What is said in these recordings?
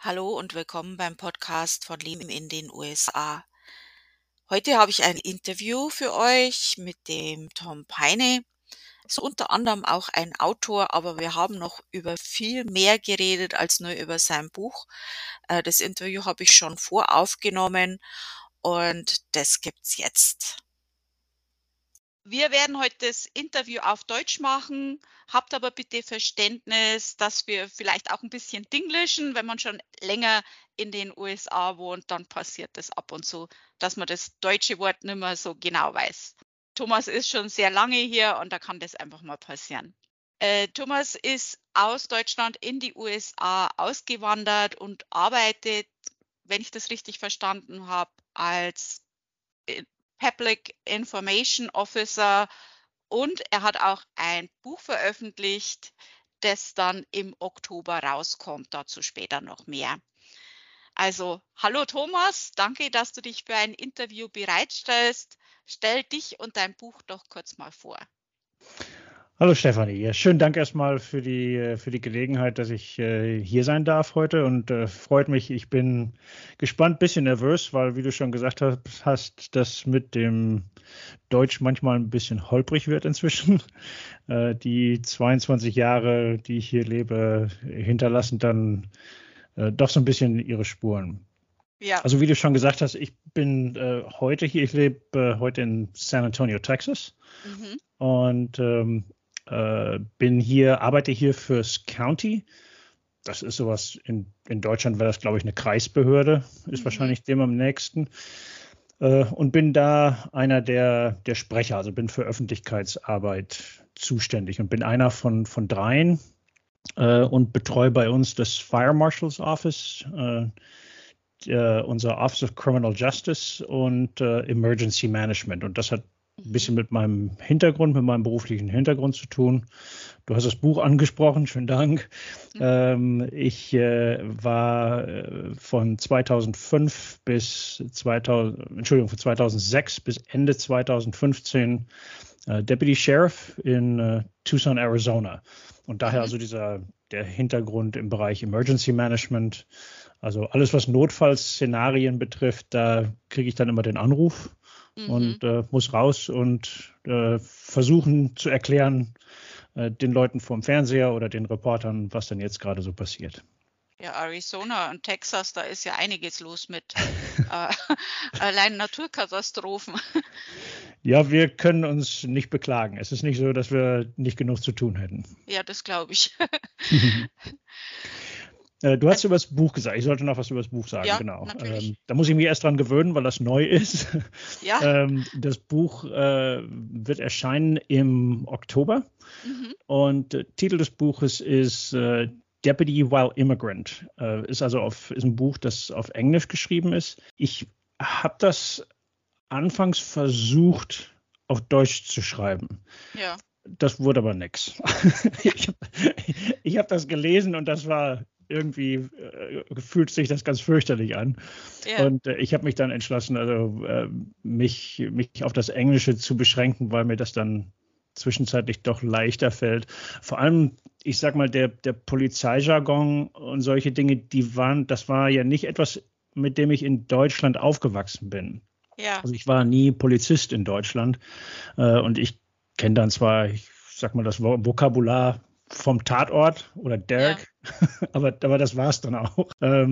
Hallo und willkommen beim Podcast von Leben in den USA. Heute habe ich ein Interview für euch mit dem Tom Peine. Ist unter anderem auch ein Autor, aber wir haben noch über viel mehr geredet als nur über sein Buch. Das Interview habe ich schon voraufgenommen und das gibt's jetzt. Wir werden heute das Interview auf Deutsch machen, habt aber bitte Verständnis, dass wir vielleicht auch ein bisschen dinglischen. Wenn man schon länger in den USA wohnt, dann passiert das ab und zu, dass man das deutsche Wort nicht mehr so genau weiß. Thomas ist schon sehr lange hier und da kann das einfach mal passieren. Thomas ist aus Deutschland in die USA ausgewandert und arbeitet, wenn ich das richtig verstanden habe, als Public Information Officer und er hat auch ein Buch veröffentlicht, das dann im Oktober rauskommt. Dazu später noch mehr. Also, hallo Thomas, danke, dass du dich für ein Interview bereitstellst. Stell dich und dein Buch doch kurz mal vor. Hallo Stefanie, ja, schönen Dank erstmal für die Gelegenheit, dass ich hier sein darf heute und freut mich. Ich bin gespannt, bisschen nervös, weil wie du schon gesagt hast, das mit dem Deutsch manchmal ein bisschen holprig wird inzwischen. Die 22 Jahre, die ich hier lebe, hinterlassen dann doch so ein bisschen ihre Spuren. Ja. Also wie du schon gesagt hast, ich bin heute hier, ich lebe heute in San Antonio, Texas. Und arbeite hier fürs County. Das ist sowas, in Deutschland wäre das, glaube ich, eine Kreisbehörde, ist wahrscheinlich dem am nächsten. Und bin da einer der Sprecher, also bin für Öffentlichkeitsarbeit zuständig und bin einer von dreien und betreue bei uns das Fire Marshal's Office, unser Office of Criminal Justice und Emergency Management. Und das hat ein bisschen mit meinem Hintergrund, mit meinem beruflichen Hintergrund zu tun. Du hast das Buch angesprochen, schönen Dank. Ich war von 2006 bis Ende 2015 Deputy Sheriff in Tucson, Arizona. Und daher also der Hintergrund im Bereich Emergency Management. Also alles, was Notfallszenarien betrifft, da kriege ich dann immer den Anruf und muss raus und versuchen zu erklären den Leuten vom Fernseher oder den Reportern, was denn jetzt gerade so passiert. Ja, Arizona und Texas, da ist ja einiges los mit allein Naturkatastrophen. Ja, wir können uns nicht beklagen. Es ist nicht so, dass wir nicht genug zu tun hätten. Ja, das glaube ich. Du hast über das Buch gesagt. Ich sollte noch was über das Buch sagen. Ja, genau. Natürlich. Da muss ich mich erst dran gewöhnen, weil das neu ist. Ja. Das Buch wird erscheinen im Oktober. Und der Titel des Buches ist Deputy While Immigrant. Ist ein Buch, das auf Englisch geschrieben ist. Ich habe das anfangs versucht, auf Deutsch zu schreiben. Ja. Das wurde aber nichts. Ich hab das gelesen und das war irgendwie, fühlt sich das ganz fürchterlich an. Ja. Und ich habe mich dann entschlossen, mich auf das Englische zu beschränken, weil mir das dann zwischenzeitlich doch leichter fällt. Vor allem, ich sag mal, der Polizeijargon und solche Dinge, das war ja nicht etwas, mit dem ich in Deutschland aufgewachsen bin. Ja. Also ich war nie Polizist in Deutschland und ich kenne dann zwar, ich sag mal, das Vokabular vom Tatort oder Derek, aber das war es dann auch.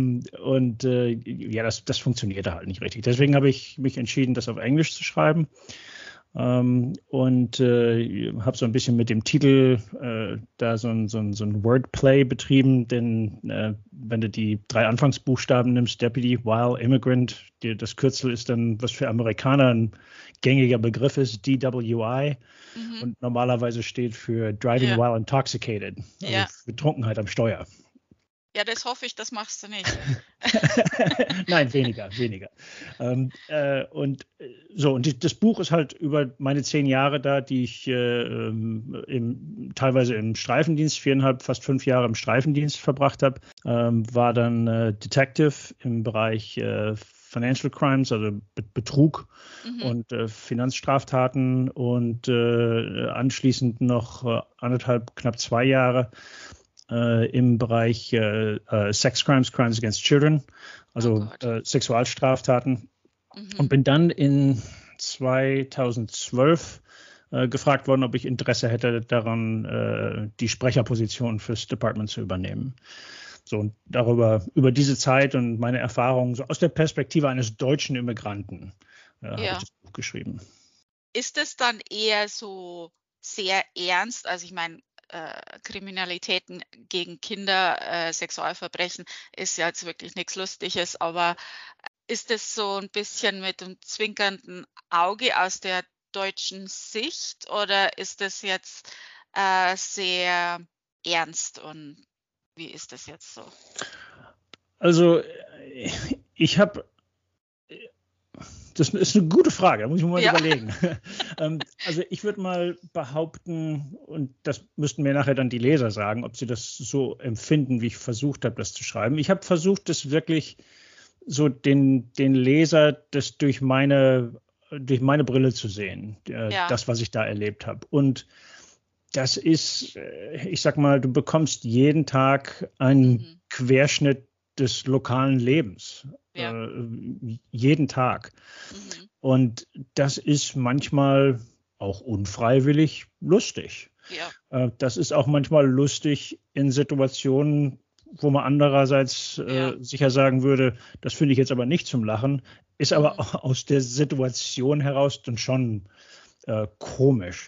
Das funktionierte halt nicht richtig. Deswegen habe ich mich entschieden, das auf Englisch zu schreiben. Habe so ein bisschen mit dem Titel da so ein Wordplay betrieben, denn wenn du die 3 Anfangsbuchstaben nimmst, Deputy While Immigrant, das Kürzel ist dann, was für Amerikaner ein gängiger Begriff ist, DWI, und normalerweise steht für Driving While Intoxicated, also Betrunkenheit am Steuer. Ja, das hoffe ich, das machst du nicht. Nein, weniger. Und das Buch ist halt über meine 10 Jahre da, die ich teilweise im Streifendienst, 4,5, fast 5 Jahre im Streifendienst verbracht habe, war dann Detective im Bereich Financial Crimes, also Betrug und Finanzstraftaten und anschließend noch knapp 2 Jahre im Bereich Sex Crimes, Crimes Against Children, also Sexualstraftaten. Und bin dann in 2012 gefragt worden, ob ich Interesse hätte daran, die Sprecherposition fürs Department zu übernehmen. So, und über diese Zeit und meine Erfahrungen so aus der Perspektive eines deutschen Immigranten habe ich das Buch geschrieben. Ist es dann eher so sehr ernst? Also ich meine, Kriminalitäten gegen Kinder, Sexualverbrechen ist ja jetzt wirklich nichts Lustiges, aber ist es so ein bisschen mit einem zwinkernden Auge aus der deutschen Sicht oder ist es jetzt sehr ernst und wie ist das jetzt so? Also das ist eine gute Frage, da muss ich mir mal überlegen. Also ich würde mal behaupten, und das müssten mir nachher dann die Leser sagen, ob sie das so empfinden, wie ich versucht habe, das zu schreiben. Ich habe versucht, das wirklich so den Leser das durch meine Brille zu sehen, das, was ich da erlebt habe. Und das ist, ich sag mal, du bekommst jeden Tag einen Querschnitt des lokalen Lebens. Jeden Tag. Und das ist manchmal auch unfreiwillig lustig. Das ist auch manchmal lustig in Situationen, wo man andererseits sicher sagen würde, das finde ich jetzt aber nicht zum Lachen, ist aber auch aus der Situation heraus dann schon komisch.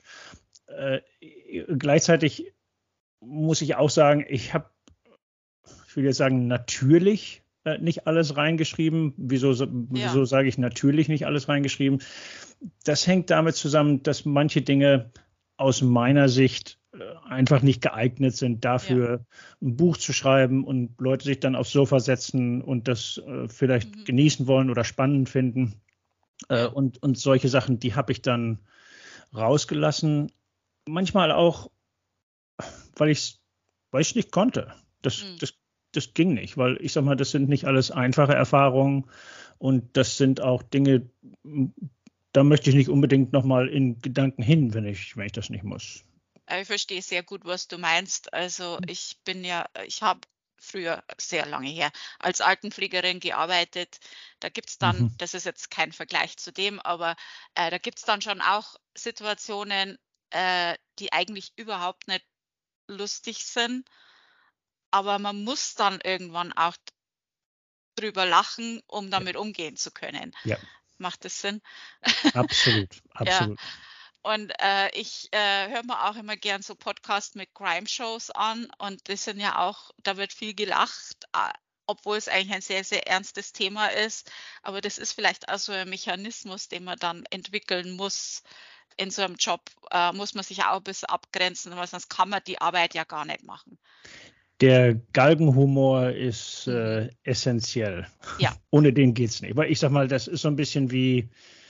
Gleichzeitig muss ich auch sagen, ich will jetzt sagen, natürlich nicht alles reingeschrieben. Wieso sage ich natürlich nicht alles reingeschrieben? Das hängt damit zusammen, dass manche Dinge aus meiner Sicht einfach nicht geeignet sind, dafür ein Buch zu schreiben und Leute sich dann aufs Sofa setzen und das vielleicht genießen wollen oder spannend finden. Und solche Sachen, die habe ich dann rausgelassen. Manchmal auch, weil ich es nicht konnte. Das ging nicht, weil ich sag mal, das sind nicht alles einfache Erfahrungen und das sind auch Dinge, da möchte ich nicht unbedingt nochmal in Gedanken hin, wenn ich das nicht muss. Ich verstehe sehr gut, was du meinst. Also ich habe früher, sehr lange her, als Altenpflegerin gearbeitet. Da gibt es dann, das ist jetzt kein Vergleich zu dem, aber da gibt es dann schon auch Situationen, die eigentlich überhaupt nicht lustig sind. Aber man muss dann irgendwann auch drüber lachen, um damit umgehen zu können. Ja. Macht das Sinn? Absolut. Ja. Und ich höre mir auch immer gern so Podcasts mit Crime-Shows an und das sind ja auch, da wird viel gelacht, obwohl es eigentlich ein sehr, sehr ernstes Thema ist. Aber das ist vielleicht auch so ein Mechanismus, den man dann entwickeln muss. In so einem Job muss man sich auch ein bisschen abgrenzen, weil sonst kann man die Arbeit ja gar nicht machen. Der Galgenhumor ist essentiell. Ja. Ohne den geht es nicht. Weil ich sag mal, das ist so ein bisschen wie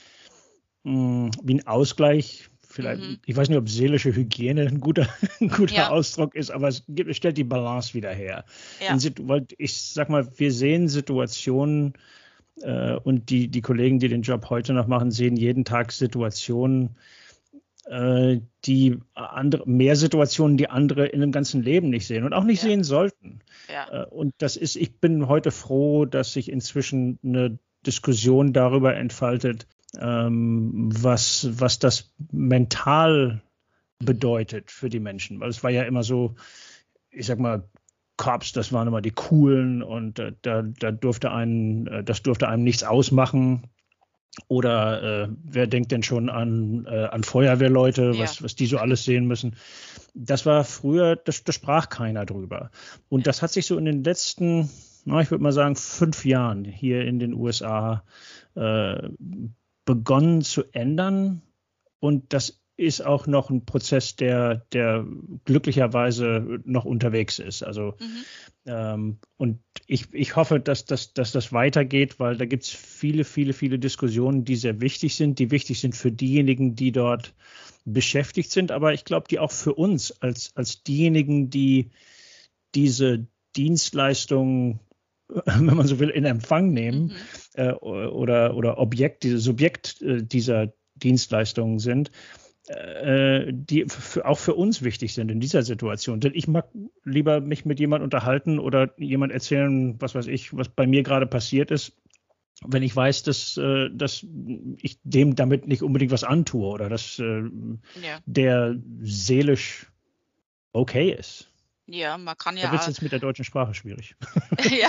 ein Ausgleich. Vielleicht, ich weiß nicht, ob seelische Hygiene ein guter Ausdruck ist, aber es stellt die Balance wieder her. Ja. Weil ich sag mal, wir sehen Situationen und die Kollegen, die den Job heute noch machen, sehen jeden Tag Situationen, mehr Situationen, die andere in dem ganzen Leben nicht sehen und auch nicht sehen sollten. Ja. Und ich bin heute froh, dass sich inzwischen eine Diskussion darüber entfaltet, was das mental bedeutet für die Menschen. Weil es war ja immer so, ich sag mal, Cops, das waren immer die Coolen und das durfte einem nichts ausmachen. Oder wer denkt denn schon an Feuerwehrleute, was die so alles sehen müssen? Das war früher, das sprach keiner drüber. Und das hat sich so in den letzten, ich würde mal sagen, 5 Jahren hier in den USA begonnen zu ändern. Und das ist auch noch ein Prozess, der glücklicherweise noch unterwegs ist. Also und ich hoffe, dass das weitergeht, weil da gibt es viele, viele, viele Diskussionen, die sehr wichtig sind, die wichtig sind für diejenigen, die dort beschäftigt sind, aber ich glaube, die auch für uns als diejenigen, die diese Dienstleistungen, wenn man so will, in Empfang nehmen oder Subjekt dieser Dienstleistungen sind, die auch für uns wichtig sind in dieser Situation. Denn ich mag lieber mich mit jemandem unterhalten oder jemand erzählen, was weiß ich, was bei mir gerade passiert ist, wenn ich weiß, dass ich dem damit nicht unbedingt was antue oder dass der seelisch okay ist. Ja, man kann Da wird es ja jetzt mit der deutschen Sprache schwierig. ja.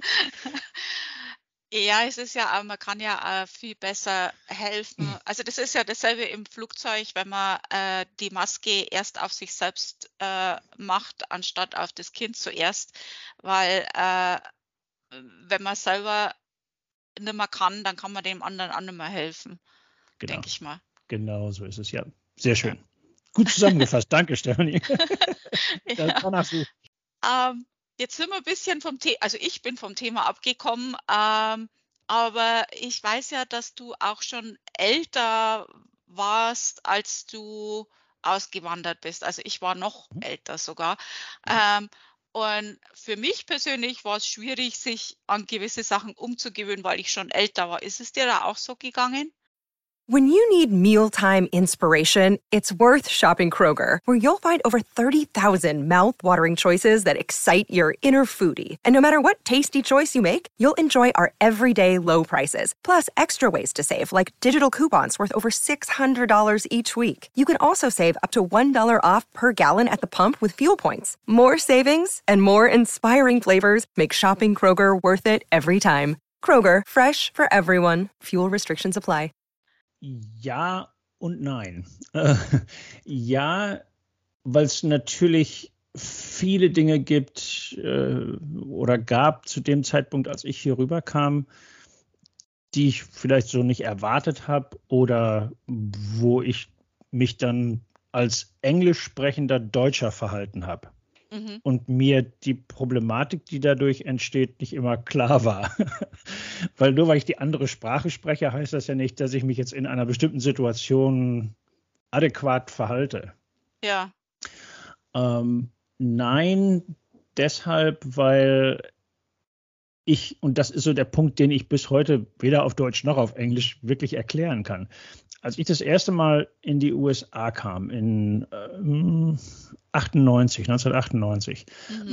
Ja, es ist ja auch, man kann ja auch viel besser helfen. Also das ist ja dasselbe im Flugzeug, wenn man die Maske erst auf sich selbst macht, anstatt auf das Kind zuerst, weil wenn man selber nicht mehr kann, dann kann man dem anderen auch nicht mehr helfen, Genau, denke ich mal. genau so ist es, ja. Sehr schön. Ja. Gut zusammengefasst. Danke, Stefanie. Ja. Danach suche ich. Jetzt sind wir ein bisschen vom Thema, also ich bin vom Thema abgekommen, aber ich weiß ja, dass du auch schon älter warst, als du ausgewandert bist. Also ich war noch älter sogar. Ähm, und für mich persönlich war es schwierig, sich an gewisse Sachen umzugewöhnen, weil ich schon älter war. Ist es dir da auch so gegangen? When you need mealtime inspiration, it's worth shopping Kroger, where you'll find over 30,000 mouth-watering choices that excite your inner foodie. And no matter what tasty choice you make, you'll enjoy our everyday low prices, plus extra ways to save, like digital coupons worth over $600 each week. You can also save up to $1 off per gallon at the pump with fuel points. More savings and more inspiring flavors make shopping Kroger worth it every time. Kroger, fresh for everyone. Fuel restrictions apply. Ja und nein. Ja, weil es natürlich viele Dinge gibt oder gab zu dem Zeitpunkt, als ich hier rüberkam, die ich vielleicht so nicht erwartet habe oder wo ich mich dann als englisch sprechender Deutscher verhalten habe. Und mir die Problematik, die dadurch entsteht, nicht immer klar war. Weil nur weil ich die andere Sprache spreche, heißt das ja nicht, dass ich mich jetzt in einer bestimmten Situation adäquat verhalte. Ja. Nein, deshalb, weil ich, und das ist so der Punkt, den ich bis heute weder auf Deutsch noch auf Englisch wirklich erklären kann. Als ich das erste Mal in die USA kam, in 1998,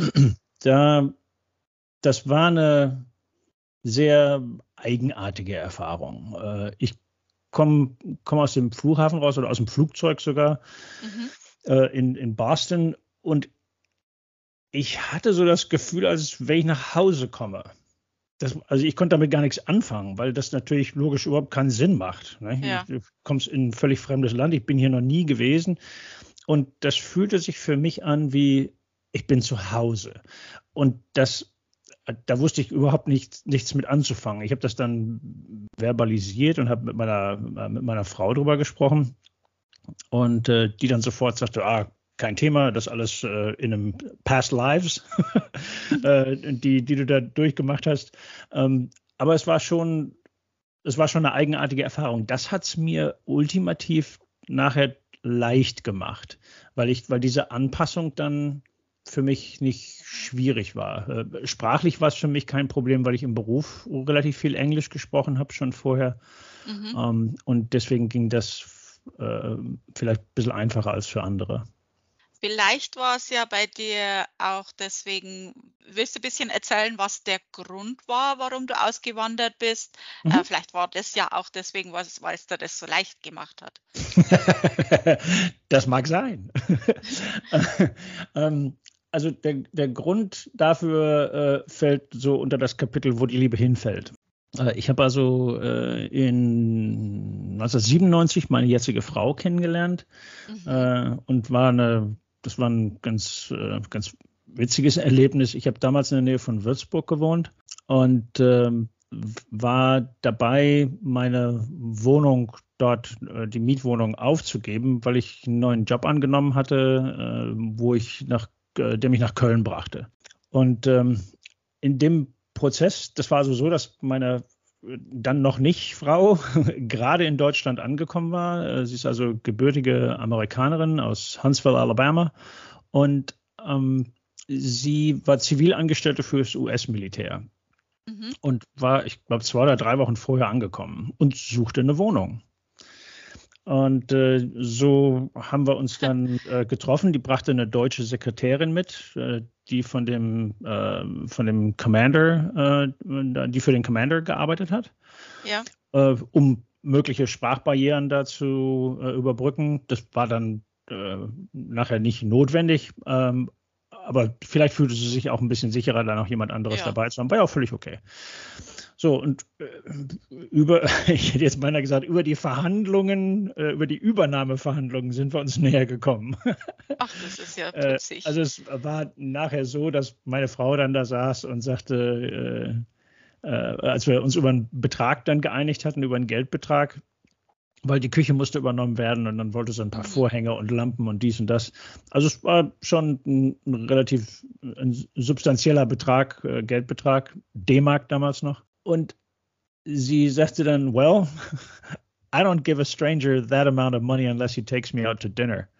das war eine sehr eigenartige Erfahrung. Ich komme aus dem Flughafen raus oder aus dem Flugzeug sogar in Boston und ich hatte so das Gefühl, als wenn ich nach Hause komme. Also ich konnte damit gar nichts anfangen, weil das natürlich logisch überhaupt keinen Sinn macht. Ne? Ja. Du kommst in ein völlig fremdes Land, ich bin hier noch nie gewesen und das fühlte sich für mich an wie, ich bin zu Hause. Und da wusste ich überhaupt nichts mit anzufangen. Ich habe das dann verbalisiert und habe mit meiner Frau drüber gesprochen und die dann sofort sagte, kein Thema, das alles in einem Past Lives, die du da durchgemacht hast. Aber es war schon eine eigenartige Erfahrung. Das hat es mir ultimativ nachher leicht gemacht, weil diese Anpassung dann für mich nicht schwierig war. Sprachlich war es für mich kein Problem, weil ich im Beruf relativ viel Englisch gesprochen habe schon vorher. Und deswegen ging das vielleicht ein bisschen einfacher als für andere. Vielleicht war es ja bei dir auch deswegen, willst du ein bisschen erzählen, was der Grund war, warum du ausgewandert bist? Vielleicht war das ja auch deswegen, weil es dir das so leicht gemacht hat. Das mag sein. Also der Grund dafür fällt so unter das Kapitel, wo die Liebe hinfällt. Ich habe also in 1997 meine jetzige Frau kennengelernt und das war ein ganz witziges Erlebnis. Ich habe damals in der Nähe von Würzburg gewohnt und war dabei, meine Wohnung dort, die Mietwohnung aufzugeben, weil ich einen neuen Job angenommen hatte, der mich nach Köln brachte. Und in dem Prozess, das war also so, dass meine dann noch nicht Frau gerade in Deutschland angekommen war. Sie ist also gebürtige Amerikanerin aus Huntsville, Alabama. Und sie war Zivilangestellte fürs US-Militär. Und war, ich glaube, 2 oder 3 Wochen vorher angekommen und suchte eine Wohnung. Und so haben wir uns dann getroffen. Die brachte eine deutsche Sekretärin mit, die von dem Commander, die für den Commander gearbeitet hat, Ja. um mögliche Sprachbarrieren da zu überbrücken. Das war dann nachher nicht notwendig, aber vielleicht fühlte sie sich auch ein bisschen sicherer, da noch jemand anderes dabei zu haben. War ja auch völlig okay. So, und ich hätte jetzt beinahe gesagt, über die Verhandlungen, über die Übernahmeverhandlungen sind wir uns näher gekommen. Ach, das ist ja putzig. Also es war nachher so, dass meine Frau dann da saß und sagte, als wir uns über einen Betrag dann geeinigt hatten, über einen Geldbetrag, weil die Küche musste übernommen werden und dann wollte sie ein paar Vorhänge und Lampen und dies und das. Also es war schon ein relativ substanzieller Betrag, Geldbetrag, D-Mark damals noch. Und sie sagte dann, well, I don't give a stranger that amount of money unless he takes me out to dinner.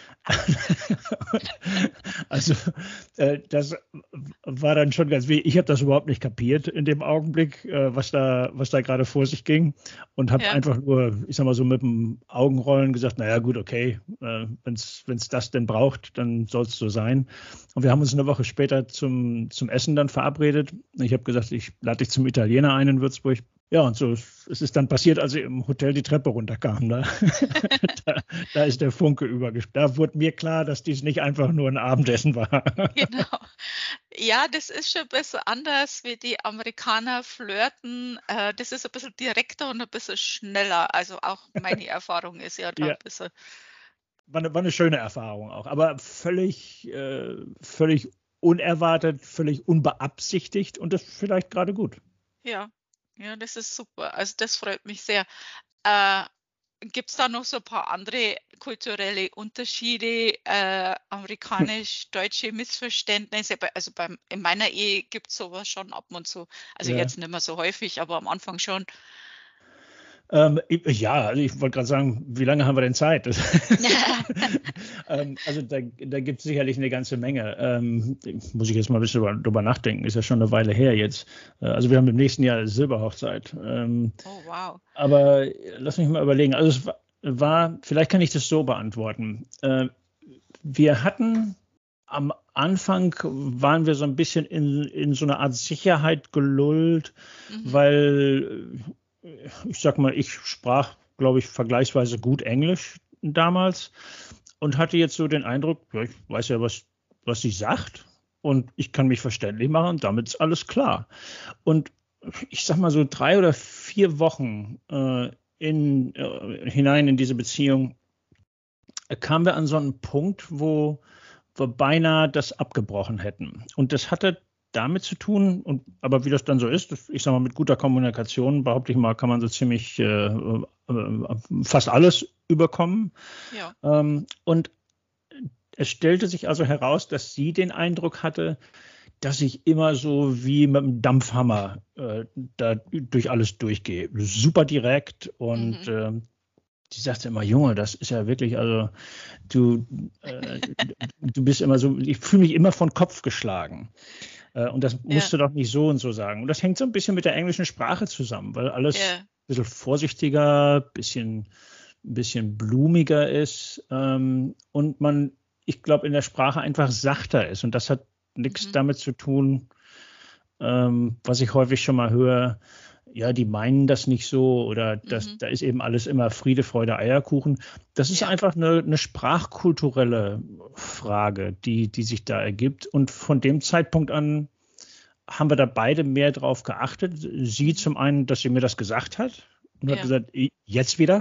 Also das war dann schon ganz wichtig. Ich habe das überhaupt nicht kapiert in dem Augenblick, was da gerade vor sich ging und habe einfach nur, ich sag mal so mit dem Augenrollen gesagt, naja gut, okay, wenn's das denn braucht, dann soll es so sein. Und wir haben uns eine Woche später zum Essen dann verabredet. Ich habe gesagt, ich lade dich zum Italiener ein in Würzburg. Ja, und so, es ist dann passiert, als ich im Hotel die Treppe runterkam. Da ist der Funke übergesprungen. Da wurde mir klar, dass dies nicht einfach nur ein Abendessen war. Genau. Ja, das ist schon ein bisschen anders, wie die Amerikaner flirten. Das ist ein bisschen direkter und ein bisschen schneller. Also auch meine Erfahrung ist ja da ein bisschen. War eine schöne Erfahrung auch, aber völlig unerwartet, völlig unbeabsichtigt und das vielleicht gerade gut. Ja, das ist super. Also das freut mich sehr. Gibt es da noch so ein paar andere kulturelle Unterschiede, amerikanisch-deutsche Missverständnisse? Also in meiner Ehe gibt es sowas schon ab und zu. Also jetzt nicht mehr so häufig, aber am Anfang schon. Ja, also ich wollte gerade sagen, wie lange haben wir denn Zeit? Also da gibt es sicherlich eine ganze Menge. Muss ich jetzt mal ein bisschen drüber nachdenken, ist ja schon eine Weile her jetzt. Also wir haben im nächsten Jahr Silberhochzeit. Oh, wow. Aber lass mich mal überlegen. Also es war, vielleicht kann ich das so beantworten. Wir hatten am Anfang, waren wir so ein bisschen in so eine Art Sicherheit gelullt, weil ich sag mal, ich sprach, glaube ich, vergleichsweise gut Englisch damals und hatte jetzt so den Eindruck, ja, ich weiß ja, was sie sagt und ich kann mich verständlich machen und damit ist alles klar. Und ich sag mal so 3 oder 4 Wochen hinein in diese Beziehung kamen wir an so einen Punkt, wo wir beinahe das abgebrochen hätten. Und das hatte damit zu tun, aber wie das dann so ist, ich sage mal, mit guter Kommunikation, behaupte ich mal, kann man so ziemlich fast alles überkommen. Ja. Und es stellte sich also heraus, dass sie den Eindruck hatte, dass ich immer so wie mit einem Dampfhammer da durch alles durchgehe. Super direkt und die sagte immer, Junge, das ist ja wirklich, also du bist immer so, ich fühle mich immer von Kopf geschlagen. Und das musst du doch nicht so und so sagen. Und das hängt so ein bisschen mit der englischen Sprache zusammen, weil alles ein bisschen vorsichtiger, ein bisschen blumiger ist und man, ich glaube, in der Sprache einfach sachter ist. Und das hat nichts damit zu tun, was ich häufig schon mal höre, ja, die meinen das nicht so oder da ist eben alles immer Friede, Freude, Eierkuchen. Das ist einfach eine sprachkulturelle Frage, die sich da ergibt. Und von dem Zeitpunkt an haben wir da beide mehr drauf geachtet. Sie zum einen, dass sie mir das gesagt hat und hat gesagt, jetzt wieder.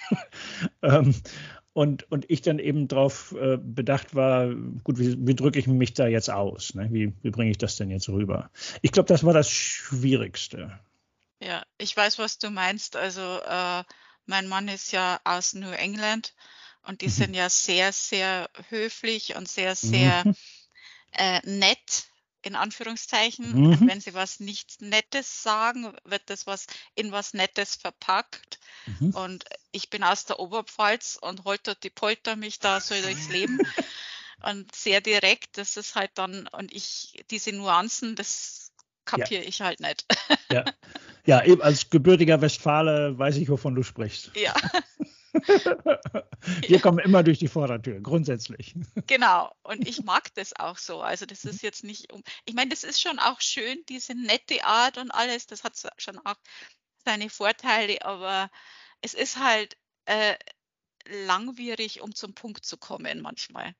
Und ich dann eben darauf bedacht war, gut, wie drücke ich mich da jetzt aus? Ne? Wie bringe ich das denn jetzt rüber? Ich glaube, das war das Schwierigste. Ja, ich weiß, was du meinst. Also mein Mann ist ja aus New England und die sind ja sehr, sehr höflich und sehr, sehr nett, in Anführungszeichen. Wenn sie was nicht Nettes sagen, wird das in was Nettes verpackt. Und ich bin aus der Oberpfalz und holter die Polter mich da so durchs Leben. Und sehr direkt, das ist halt dann, und diese Nuancen, das kapiere ich halt nicht. Ja, eben als gebürtiger Westfale weiß ich, wovon du sprichst. Ja. Wir kommen immer durch die Vordertür, grundsätzlich. Genau, und ich mag das auch so. Also das ist jetzt nicht, ich meine, das ist schon auch schön, diese nette Art und alles, das hat schon auch seine Vorteile, aber es ist halt langwierig, um zum Punkt zu kommen manchmal.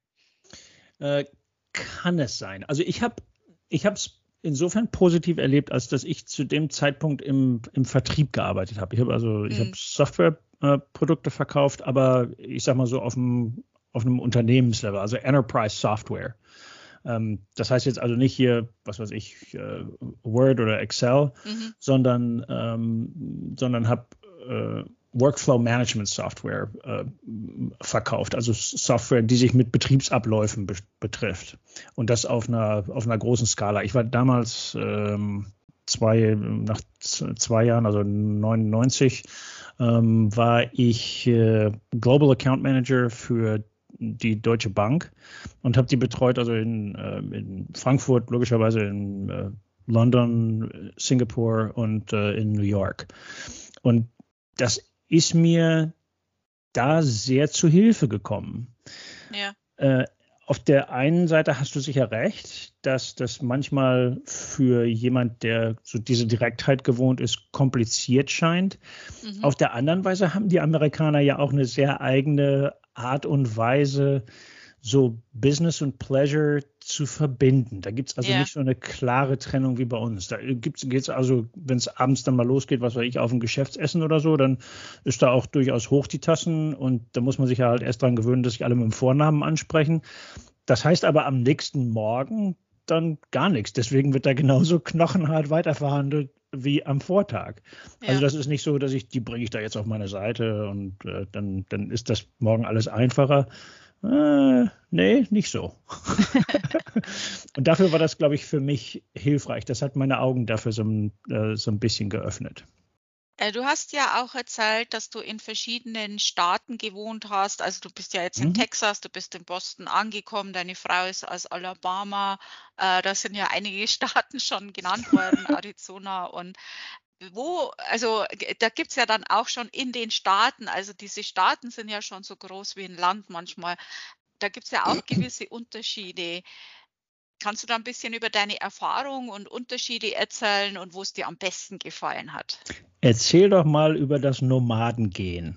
Kann es sein. Also ich habe es insofern positiv erlebt, als dass ich zu dem Zeitpunkt im Vertrieb gearbeitet habe. Ich habe Softwareprodukte verkauft, aber ich sag mal so auf einem Unternehmenslevel, also Enterprise Software. Das heißt jetzt also nicht hier, was weiß ich, Word oder Excel, sondern habe Workflow Management Software verkauft, also Software, die sich mit Betriebsabläufen betrifft und das auf einer großen Skala. Ich war damals nach 2 Jahren, also 99, war ich Global Account Manager für die Deutsche Bank und habe die betreut, also in Frankfurt, logischerweise in London, Singapur und in New York. Und das ist mir da sehr zu Hilfe gekommen. Ja. Auf der einen Seite hast du sicher recht, dass das manchmal für jemand, der so diese Direktheit gewohnt ist, kompliziert scheint. Auf der anderen Weise haben die Amerikaner ja auch eine sehr eigene Art und Weise, so Business und Pleasure zu verbinden. Da gibt es also nicht so eine klare Trennung wie bei uns. Da geht's also, wenn es abends dann mal losgeht, was weiß ich, auf ein Geschäftsessen oder so, dann ist da auch durchaus hoch die Tassen und da muss man sich ja halt erst dran gewöhnen, dass sich alle mit dem Vornamen ansprechen. Das heißt aber am nächsten Morgen dann gar nichts. Deswegen wird da genauso knochenhart weiterverhandelt wie am Vortag. Ja. Also das ist nicht so, dass die bringe ich da jetzt auf meine Seite und dann ist das morgen alles einfacher. Nee, nicht so. Und dafür war das, glaube ich, für mich hilfreich. Das hat meine Augen dafür so ein bisschen geöffnet. Du hast ja auch erzählt, dass du in verschiedenen Staaten gewohnt hast. Also du bist ja jetzt in Texas, du bist in Boston angekommen, deine Frau ist aus Alabama. Da sind ja einige Staaten schon genannt worden, Arizona und also da gibt es ja dann auch schon in den Staaten, also diese Staaten sind ja schon so groß wie ein Land manchmal, da gibt es ja auch gewisse Unterschiede. Kannst du da ein bisschen über deine Erfahrungen und Unterschiede erzählen und wo es dir am besten gefallen hat? Erzähl doch mal über das Nomadengehen.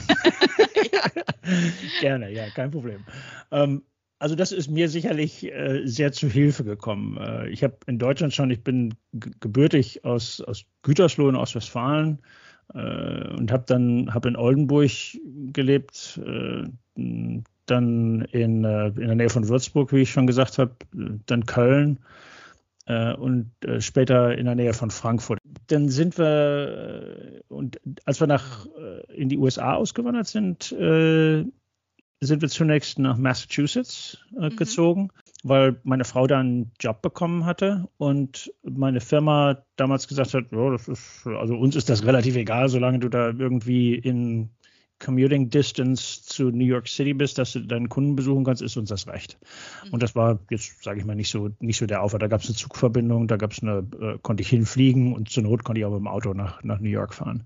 Gerne, ja, kein Problem. Also das ist mir sicherlich sehr zu Hilfe gekommen. Ich habe in Deutschland ich bin gebürtig aus Gütersloh in Ostwestfalen und habe in Oldenburg gelebt, dann in der Nähe von Würzburg, wie ich schon gesagt habe, dann Köln und später in der Nähe von Frankfurt. Dann sind wir, und als wir in die USA ausgewandert sind wir zunächst nach Massachusetts gezogen, weil meine Frau da einen Job bekommen hatte und meine Firma damals gesagt hat, also uns ist das relativ egal, solange du da irgendwie in Commuting Distance zu New York City bist, dass du deinen Kunden besuchen kannst, ist uns das recht. Und das war jetzt, sage ich mal, nicht so der Aufwand. Da gab es eine Zugverbindung, konnte ich hinfliegen und zur Not konnte ich auch mit dem Auto nach New York fahren.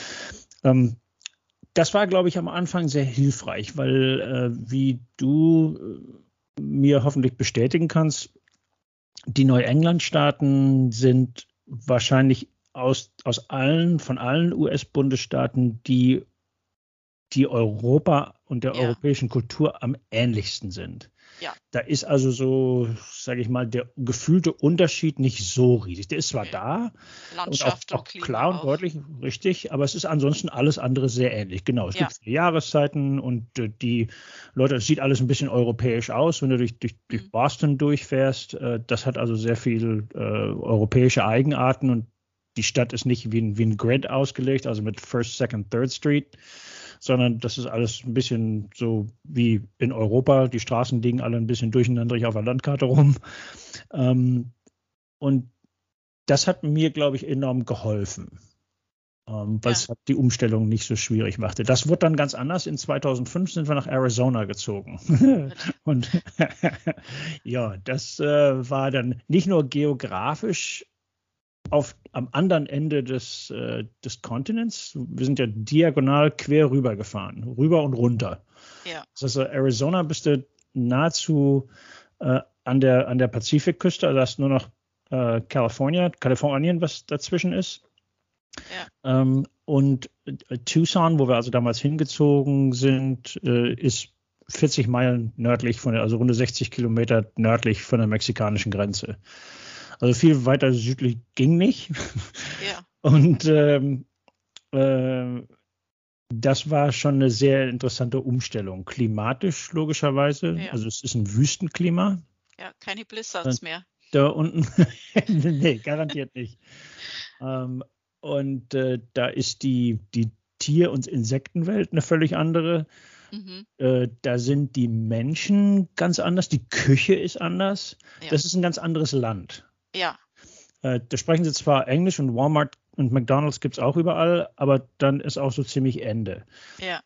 Das war, glaube ich, am Anfang sehr hilfreich, weil wie du mir hoffentlich bestätigen kannst, die Neuengland-Staaten sind wahrscheinlich von allen US-Bundesstaaten die Europa und der europäischen Kultur am ähnlichsten sind. Ja. Da ist also so, sage ich mal, der gefühlte Unterschied nicht so riesig. Der ist zwar da, Landschaft und auch klar und deutlich, richtig, aber es ist ansonsten alles andere sehr ähnlich. Genau, es gibt 4 Jahreszeiten und die Leute, es sieht alles ein bisschen europäisch aus, wenn du durch Boston durchfährst. Das hat also sehr viel europäische Eigenarten und die Stadt ist nicht wie ein Grid ausgelegt, also mit First, Second, Third Street, sondern das ist alles ein bisschen so wie in Europa. Die Straßen liegen alle ein bisschen durcheinander auf der Landkarte rum. Und das hat mir, glaube ich, enorm geholfen, weil es die Umstellung nicht so schwierig machte. Das wurde dann ganz anders. In 2005 sind wir nach Arizona gezogen. Und ja, das war dann nicht nur geografisch am anderen Ende des Kontinents. Wir sind ja diagonal quer rüber gefahren, rüber und runter. Ja. Das heißt, Arizona bist du nahezu an der Pazifikküste, also hast nur noch Kalifornien, was dazwischen ist. Ja. Und Tucson, wo wir also damals hingezogen sind, ist 40 Meilen nördlich also rund 60 Kilometer nördlich von der mexikanischen Grenze. Also viel weiter südlich ging nicht. Ja. Und das war schon eine sehr interessante Umstellung. Klimatisch logischerweise. Ja. Also es ist ein Wüstenklima. Ja, keine Blizzards mehr. Da unten, nee, garantiert nicht. Und da ist die Tier- und Insektenwelt eine völlig andere. Mhm. Da sind die Menschen ganz anders. Die Küche ist anders. Ja. Das ist ein ganz anderes Land. Ja. Da sprechen sie zwar Englisch und Walmart und McDonald's gibt es auch überall, aber dann ist auch so ziemlich Ende. Ja.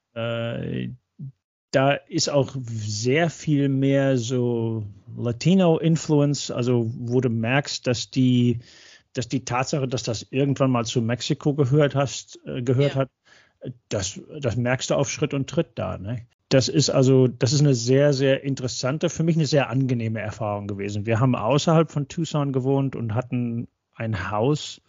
Da ist auch sehr viel mehr so Latino-Influence, also wo du merkst, dass die Tatsache, dass das irgendwann mal zu Mexiko gehört hat, das merkst du auf Schritt und Tritt da. Ne? Das ist eine sehr, sehr interessante, für mich eine sehr angenehme Erfahrung gewesen. Wir haben außerhalb von Tucson gewohnt und hatten ein Haus,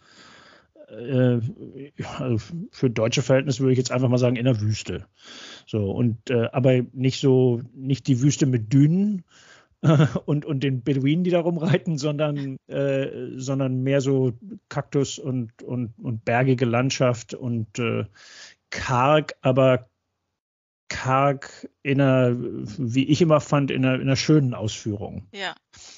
also für deutsche Verhältnisse würde ich jetzt einfach mal sagen, in der Wüste. So, und aber nicht die Wüste mit Dünen und den Beduinen, die da rumreiten, sondern mehr so Kaktus und bergige Landschaft und karg, aber karg wie ich immer fand, in einer schönen Ausführung. Ja.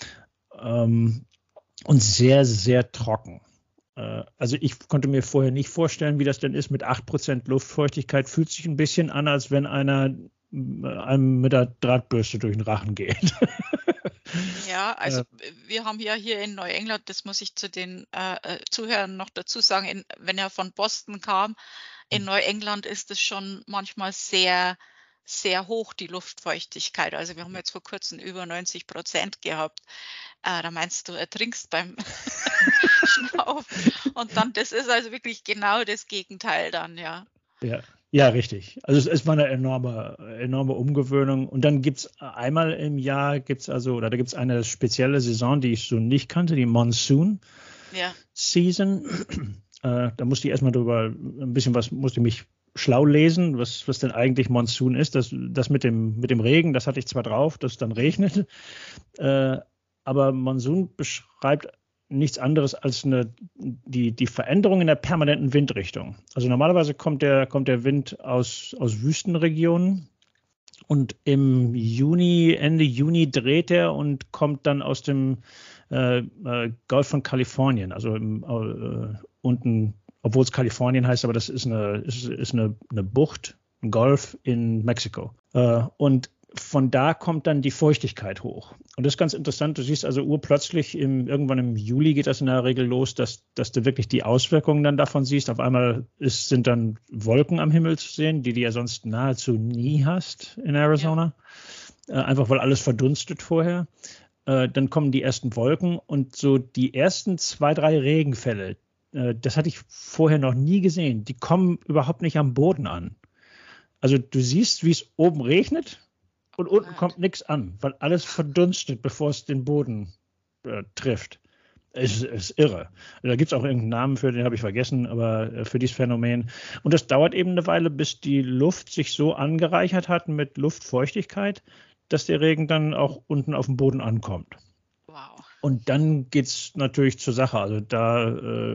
Und sehr, sehr trocken. Also ich konnte mir vorher nicht vorstellen, wie das denn ist mit 8% Luftfeuchtigkeit. Fühlt sich ein bisschen an, als wenn einer einem mit der Drahtbürste durch den Rachen geht. Ja, also wir haben ja hier in Neuengland, das muss ich zu den Zuhörern noch dazu sagen, wenn er von Boston kam, in Neuengland ist es schon manchmal sehr, sehr hoch, die Luftfeuchtigkeit. Also wir haben jetzt vor kurzem über 90% gehabt. Da meinst du, ertrinkst beim Schnaufen. Und dann, das ist also wirklich genau das Gegenteil dann, ja. Ja, richtig. Also es war eine enorme Umgewöhnung. Und dann gibt es einmal im Jahr, da gibt es eine spezielle Saison, die ich so nicht kannte, die Monsoon Season. Da musste ich erstmal musste mich schlau lesen, was denn eigentlich Monsoon ist. Das mit dem Regen, das hatte ich zwar drauf, dass es dann regnet. Aber Monsoon beschreibt nichts anderes als die Veränderung in der permanenten Windrichtung. Also normalerweise kommt der Wind aus Wüstenregionen und Ende Juni dreht er und kommt dann aus dem Golf von Kalifornien, also unten, obwohl es Kalifornien heißt, aber das ist eine Bucht, ein Golf in Mexiko. Und von da kommt dann die Feuchtigkeit hoch. Und das ist ganz interessant. Du siehst also urplötzlich, irgendwann im Juli geht das in der Regel los, dass du wirklich die Auswirkungen dann davon siehst. Auf einmal sind dann Wolken am Himmel zu sehen, die du ja sonst nahezu nie hast in Arizona. Ja. Einfach weil alles verdunstet vorher. Dann kommen die ersten Wolken und so die ersten 2, 3 Regenfälle, das hatte ich vorher noch nie gesehen. Die kommen überhaupt nicht am Boden an. Also du siehst, wie es oben regnet. Und unten kommt nichts an, weil alles verdunstet, bevor es den Boden trifft. Es ist irre. Da gibt es auch irgendeinen Namen für, den habe ich vergessen, aber für dieses Phänomen. Und das dauert eben eine Weile, bis die Luft sich so angereichert hat mit Luftfeuchtigkeit, dass der Regen dann auch unten auf dem Boden ankommt. Wow. Und dann geht es natürlich zur Sache. Also da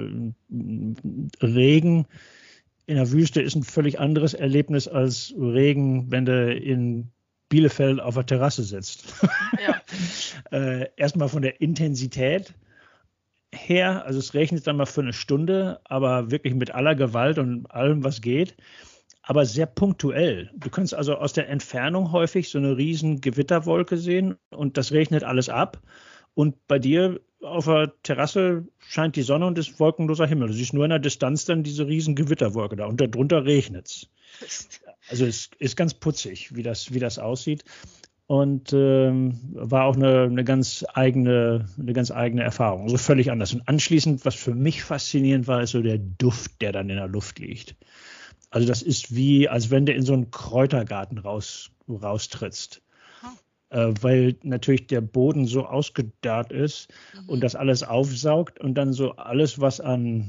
Regen in der Wüste ist ein völlig anderes Erlebnis als Regen, wenn du in Bielefeld auf der Terrasse sitzt. Ja. Erstmal von der Intensität her, also es regnet dann mal für eine Stunde, aber wirklich mit aller Gewalt und allem, was geht, aber sehr punktuell. Du kannst also aus der Entfernung häufig so eine riesen Gewitterwolke sehen und das regnet alles ab und bei dir auf der Terrasse scheint die Sonne und ist wolkenloser Himmel. Du siehst nur in der Distanz dann diese riesen Gewitterwolke da und darunter regnet es. Also es ist ganz putzig, wie das aussieht. und war auch eine ganz eigene Erfahrung, so völlig anders. Und anschließend, was für mich faszinierend war, ist so der Duft, der dann in der Luft liegt. Also das ist wie, als wenn du in so einen Kräutergarten raustrittst. Weil natürlich der Boden so ausgedörrt ist und das alles aufsaugt und dann so alles, was an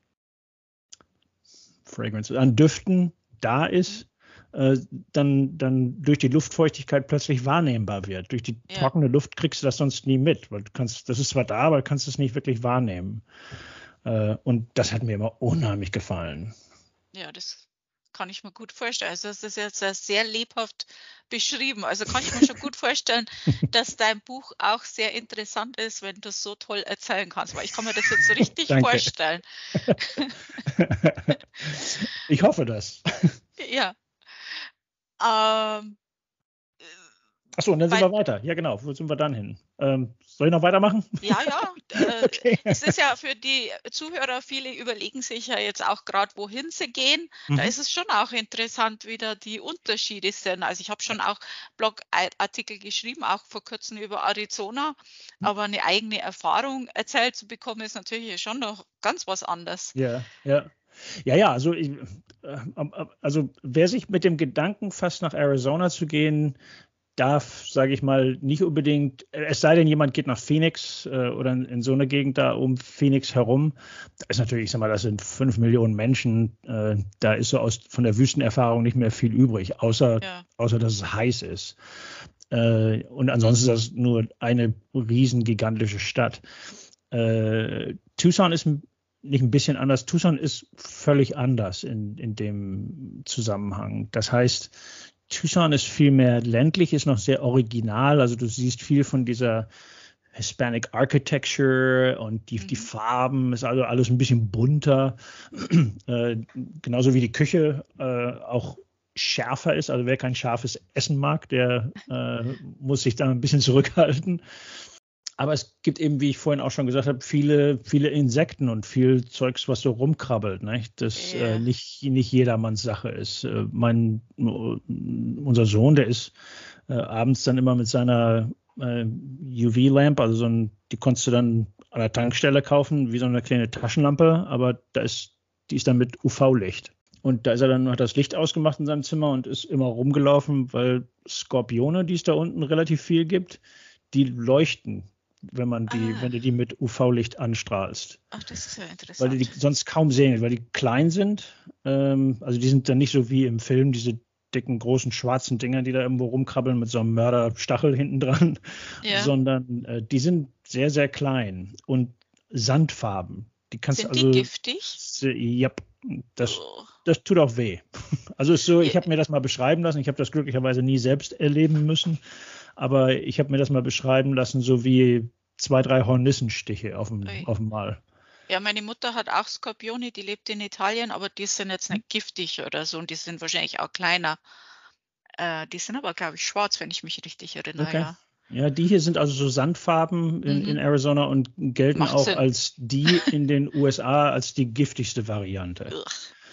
Fragrance, an Düften da ist, dann durch die Luftfeuchtigkeit plötzlich wahrnehmbar wird. Durch die trockene Luft kriegst du das sonst nie mit, weil das ist zwar da, aber du kannst es nicht wirklich wahrnehmen. Und das hat mir immer unheimlich gefallen. Ja, das kann ich mir gut vorstellen. Also das ist jetzt sehr lebhaft beschrieben. Also kann ich mir schon gut vorstellen, dass dein Buch auch sehr interessant ist, wenn du es so toll erzählen kannst. Weil ich kann mir das jetzt so richtig vorstellen. Ich hoffe das. Ja. Achso, und dann sind wir weiter. Ja, genau. Wo sind wir dann hin? Soll ich noch weitermachen? Ja. Okay. Es ist ja für die Zuhörer, viele überlegen sich ja jetzt auch gerade, wohin sie gehen. Da ist es schon auch interessant, wie da die Unterschiede sind. Also ich habe schon auch Blogartikel geschrieben, auch vor kurzem über Arizona. Aber eine eigene Erfahrung erzählt zu bekommen, ist natürlich schon noch ganz was anderes. Ja. Also wer sich mit dem Gedanken fasst, nach Arizona zu gehen, darf, sage ich mal, nicht unbedingt, es sei denn, jemand geht nach Phoenix oder in so einer Gegend da um Phoenix herum. Da ist natürlich, ich sag mal, das sind 5 Millionen Menschen. Da ist so von der Wüstenerfahrung nicht mehr viel übrig, außer dass es heiß ist. Und ansonsten ist das nur eine riesen gigantische Stadt. Tucson ist nicht ein bisschen anders. Tucson ist völlig anders in dem Zusammenhang. Das heißt, Tucson ist viel mehr ländlich, ist noch sehr original. Also du siehst viel von dieser Hispanic Architecture und die Farben, ist also alles ein bisschen bunter. Genauso wie die Küche auch schärfer ist. Also wer kein scharfes Essen mag, der muss sich da ein bisschen zurückhalten. Aber es gibt eben, wie ich vorhin auch schon gesagt habe, viele Insekten und viel Zeugs, was so rumkrabbelt, ne? Das nicht jedermanns Sache ist. Unser Sohn, der ist abends dann immer mit seiner UV-Lamp, also die konntest du dann an der Tankstelle kaufen, wie so eine kleine Taschenlampe, aber die ist dann mit UV-Licht. Und da hat das Licht ausgemacht in seinem Zimmer und ist immer rumgelaufen, weil Skorpione, die es da unten relativ viel gibt, die leuchten, wenn du die mit UV-Licht anstrahlst. Ach, das ist ja interessant. Weil du die sonst kaum sehen, weil die klein sind. Also die sind dann nicht so wie im Film, diese dicken, großen, schwarzen Dinger, die da irgendwo rumkrabbeln mit so einem Mörderstachel hinten dran, sondern die sind sehr, sehr klein und sandfarben. Sind die giftig? Ja, das tut auch weh. Also ist so, ich habe mir das mal beschreiben lassen. Ich habe das glücklicherweise nie selbst erleben müssen. Aber ich habe mir das mal beschreiben lassen, so wie 2, 3 Hornissenstiche auf dem Mal. Ja, meine Mutter hat auch Skorpione, die lebt in Italien, aber die sind jetzt nicht giftig oder so und die sind wahrscheinlich auch kleiner. Die sind aber, glaube ich, schwarz, wenn ich mich richtig erinnere. Okay. Ja. Ja, die hier sind also so Sandfarben in Arizona und gelten Macht auch Sinn. als die in den USA als die giftigste Variante. Ugh.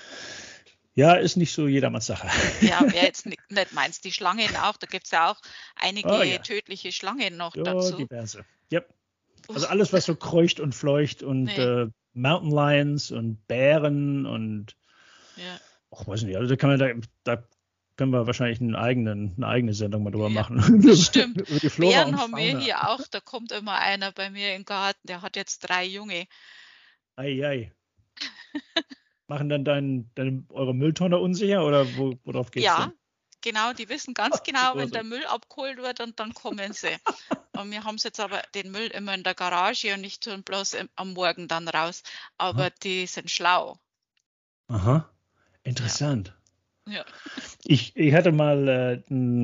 Ja, ist nicht so jedermanns Sache. Ja, wer jetzt nicht meinst, die Schlangen auch, da gibt es ja auch einige tödliche Schlangen noch dazu. Diverse. Yep. Also alles, was so kreucht und fleucht und Mountain Lions und Bären und weiß nicht, also da können wir wahrscheinlich eine eigene Sendung mal drüber machen. Das stimmt. Über die Flora Bären und haben wir Fauna. hier auch, da kommt immer einer bei mir im Garten, der hat jetzt 3 Junge. Ei. Machen dann eure Mülltonne unsicher oder worauf geht's denn? Ja, genau, die wissen ganz genau, wenn der Müll abgeholt wird und dann kommen sie. Und wir haben jetzt aber den Müll immer in der Garage und nicht tun bloß am Morgen dann raus. Aber die sind schlau. Aha, interessant. Ja. Ich hatte mal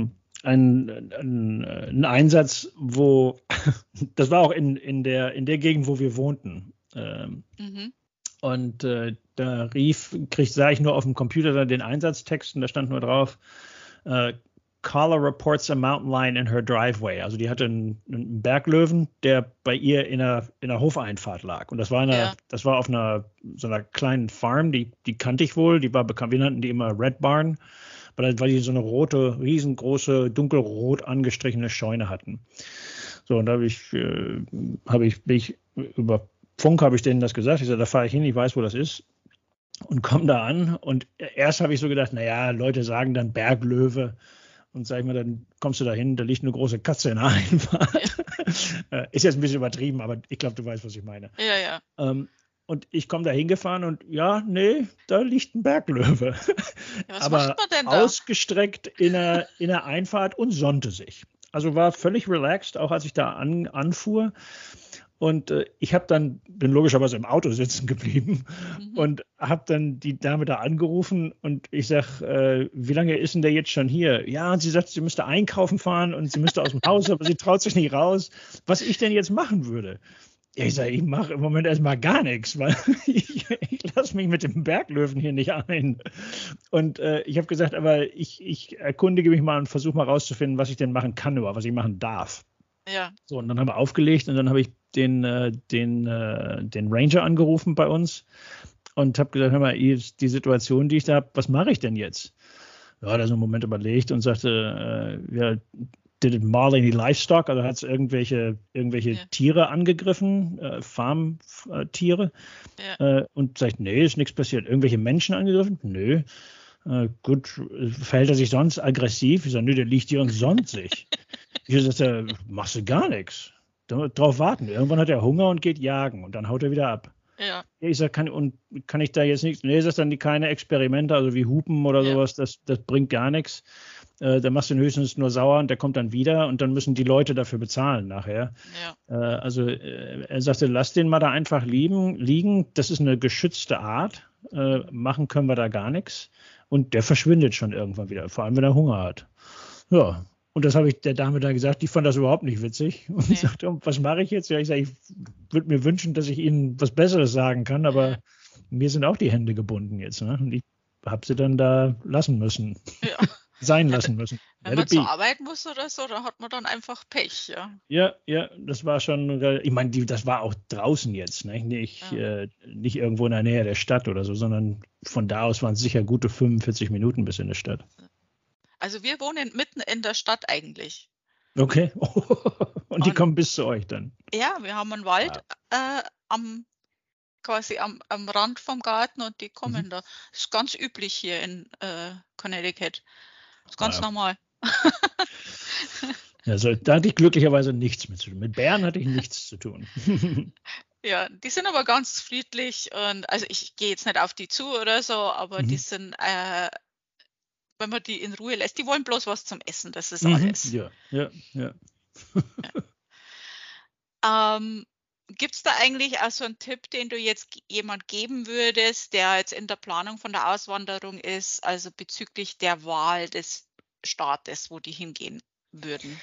einen Einsatz, wo das war auch in der Gegend, wo wir wohnten. Und da sah ich nur auf dem Computer dann den Einsatztext und da stand nur drauf, Carla reports a mountain lion in her driveway. Also die hatte einen Berglöwen, der bei ihr in einer Hofeinfahrt lag. Und das war auf so einer kleinen Farm, die kannte ich wohl, die war bekannt, wir nannten die immer Red Barn, weil die so eine rote, riesengroße, dunkelrot angestrichene Scheune hatten. So, und da bin ich über Funk habe ich denen das gesagt. Ich sage, da fahre ich hin, ich weiß, wo das ist. Und komme da an. Und erst habe ich so gedacht, naja, Leute sagen dann Berglöwe. Und sag ich mal, dann kommst du da hin, da liegt eine große Katze in der Einfahrt. Ja. Ist jetzt ein bisschen übertrieben, aber ich glaube, du weißt, was ich meine. Ja, ja. Und ich komme da hingefahren und ja, nee, da liegt ein Berglöwe. Ja, was aber macht man denn da? ausgestreckt in der Einfahrt und sonnte sich. Also war völlig relaxed, auch als ich da anfuhr. Und ich bin logischerweise im Auto sitzen geblieben und habe dann die Dame da angerufen und ich sage, wie lange ist denn der jetzt schon hier? Ja, und sie sagt, sie müsste einkaufen fahren und sie müsste aus dem Haus, aber sie traut sich nicht raus, was ich denn jetzt machen würde. Ja, ich sage, ich mache im Moment erstmal gar nichts, weil ich lasse mich mit dem Berglöwen hier nicht ein. Und ich habe gesagt, aber ich erkundige mich mal und versuche mal rauszufinden, was ich denn machen kann oder was ich machen darf. Ja. So, und dann haben wir aufgelegt und dann habe ich den Ranger angerufen bei uns und habe gesagt, hör mal, die Situation, die ich da habe, was mache ich denn jetzt? Ja, hat er so einen Moment überlegt und sagte, did it maul any livestock? Also hat es irgendwelche Tiere angegriffen, Farmtiere? Ja. Und sagt, nee, ist nichts passiert. Irgendwelche Menschen angegriffen? Nö. Gut, verhält er sich sonst aggressiv? Ich sage, nö, der liegt hier und sonnt sich. Ich sage, machst du gar nichts. Drauf warten. Irgendwann hat er Hunger und geht jagen und dann haut er wieder ab. Ja. Ich sage, kann ich da jetzt nichts? Nee, das dann keine Experimente, also wie Hupen oder sowas, das bringt gar nichts. Da machst du ihn höchstens nur sauer und der kommt dann wieder und dann müssen die Leute dafür bezahlen nachher. Ja. Er sagte, lass den mal da einfach liegen. Das ist eine geschützte Art. Machen können wir da gar nichts. Und der verschwindet schon irgendwann wieder, vor allem wenn er Hunger hat. Ja. Und das habe ich der Dame da gesagt, die fand das überhaupt nicht witzig. Und sagte, was mache ich jetzt? Ja, ich sage, ich würde mir wünschen, dass ich Ihnen was Besseres sagen kann, aber mir sind auch die Hände gebunden jetzt. Ne? Und ich habe sie dann da lassen müssen. Ja. Sein lassen müssen. Wenn man zur Arbeit muss oder so, dann hat man dann einfach Pech, ja. Ja, das war schon, ich meine, das war auch draußen jetzt, ne? Nicht irgendwo in der Nähe der Stadt oder so, sondern von da aus waren es sicher gute 45 Minuten bis in die Stadt. Also wir wohnen mitten in der Stadt eigentlich. Okay. Und die kommen bis zu euch dann? Ja, wir haben einen Wald quasi am Rand vom Garten und die kommen da. Das ist ganz üblich hier in Connecticut. Das ist ganz normal. Also, da hatte ich glücklicherweise nichts mit zu tun. Mit Bären hatte ich nichts zu tun. Ja, die sind aber ganz friedlich und also ich gehe jetzt nicht auf die zu oder so, aber die sind, wenn man die in Ruhe lässt, die wollen bloß was zum Essen, das ist alles. Ja. Gibt es da eigentlich auch so einen Tipp, den du jetzt jemand geben würdest, der jetzt in der Planung von der Auswanderung ist, also bezüglich der Wahl des Staates, wo die hingehen würden?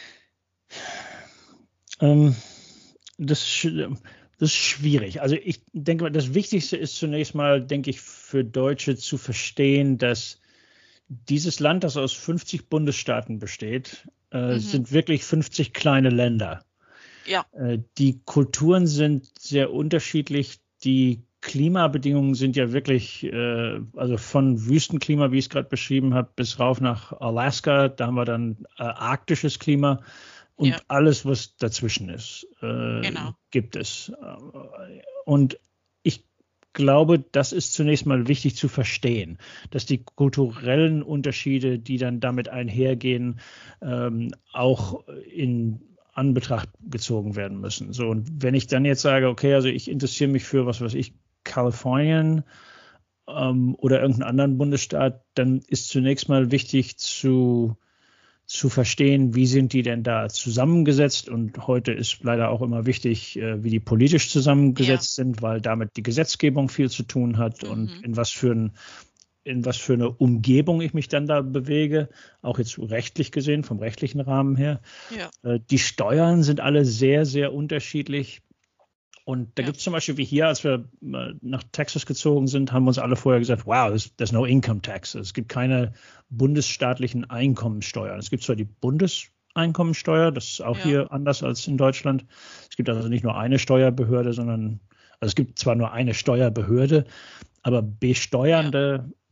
Das ist schwierig. Also ich denke, das Wichtigste ist zunächst mal, denke ich, für Deutsche zu verstehen, dass dieses Land, das aus 50 Bundesstaaten besteht, sind wirklich 50 kleine Länder. Ja. Die Kulturen sind sehr unterschiedlich. Die Klimabedingungen sind ja wirklich, also von Wüstenklima, wie ich es gerade beschrieben habe, bis rauf nach Alaska. Da haben wir dann arktisches Klima und alles, was dazwischen ist, gibt es. Und ich glaube, das ist zunächst mal wichtig zu verstehen, dass die kulturellen Unterschiede, die dann damit einhergehen, auch in Anbetracht gezogen werden müssen. So, und wenn ich dann jetzt sage, okay, also ich interessiere mich für, was weiß ich, Kalifornien oder irgendeinen anderen Bundesstaat, dann ist zunächst mal wichtig zu verstehen, wie sind die denn da zusammengesetzt, und heute ist leider auch immer wichtig, wie die politisch zusammengesetzt sind, weil damit die Gesetzgebung viel zu tun hat und in was für eine Umgebung ich mich dann da bewege, auch jetzt rechtlich gesehen, vom rechtlichen Rahmen her. Ja. Die Steuern sind alle sehr, sehr unterschiedlich. Und da gibt es zum Beispiel, wie hier, als wir nach Texas gezogen sind, haben wir uns alle vorher gesagt, wow, there's no income tax. Es gibt keine bundesstaatlichen Einkommensteuern. Es gibt zwar die Bundeseinkommensteuer, das ist auch hier anders als in Deutschland. Es gibt also nicht nur eine Steuerbehörde, sondern, also es gibt zwar nur eine Steuerbehörde, aber besteuernde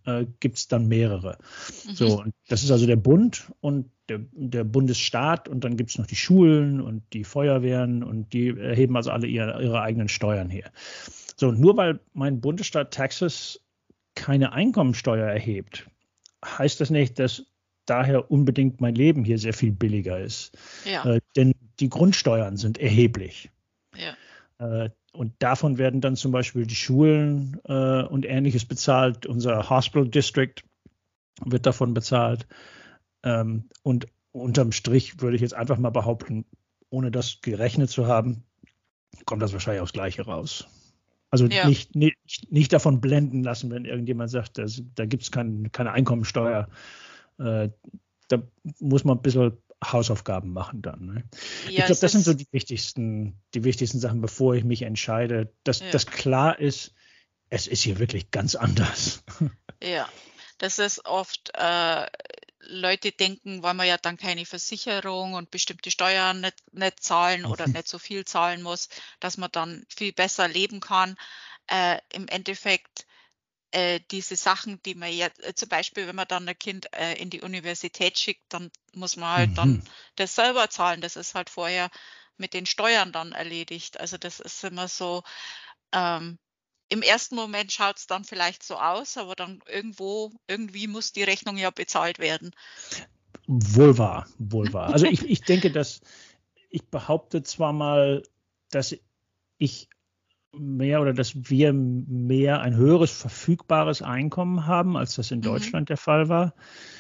gibt es dann mehrere. Mhm. So, und das ist also der Bund und der Bundesstaat und dann gibt es noch die Schulen und die Feuerwehren und die erheben also alle ihre eigenen Steuern her. So, und nur weil mein Bundesstaat Texas keine Einkommensteuer erhebt, heißt das nicht, dass daher unbedingt mein Leben hier sehr viel billiger ist. Ja, Denn die Grundsteuern sind erheblich. ja, Und davon werden dann zum Beispiel die Schulen und Ähnliches bezahlt. Unser Hospital District wird davon bezahlt. Und unterm Strich würde ich jetzt einfach mal behaupten, ohne das gerechnet zu haben, kommt das wahrscheinlich aufs Gleiche raus. Also ja, nicht davon blenden lassen, wenn irgendjemand sagt, da gibt es keine Einkommensteuer. Da muss man ein bisschen Hausaufgaben machen dann. Ne? Ich ja, glaube, das sind so die wichtigsten Sachen, bevor ich mich entscheide, dass klar ist, es ist hier wirklich ganz anders. ja. Das ist oft, Leute denken, weil man ja dann keine Versicherung und bestimmte Steuern nicht zahlen oder nicht so viel zahlen muss, dass man dann viel besser leben kann. Im Endeffekt diese Sachen, die man jetzt, zum Beispiel, wenn man dann ein Kind in die Universität schickt, dann muss man halt dann das selber zahlen. Das ist halt vorher mit den Steuern dann erledigt. Also das ist immer so, ähm, im ersten Moment schaut es dann vielleicht so aus, aber dann irgendwie muss die Rechnung ja bezahlt werden. Wohl wahr, wohl wahr. Also ich denke, dass ich behaupte zwar mal, dass ich dass wir mehr ein höheres verfügbares Einkommen haben, als das in Deutschland der Fall war.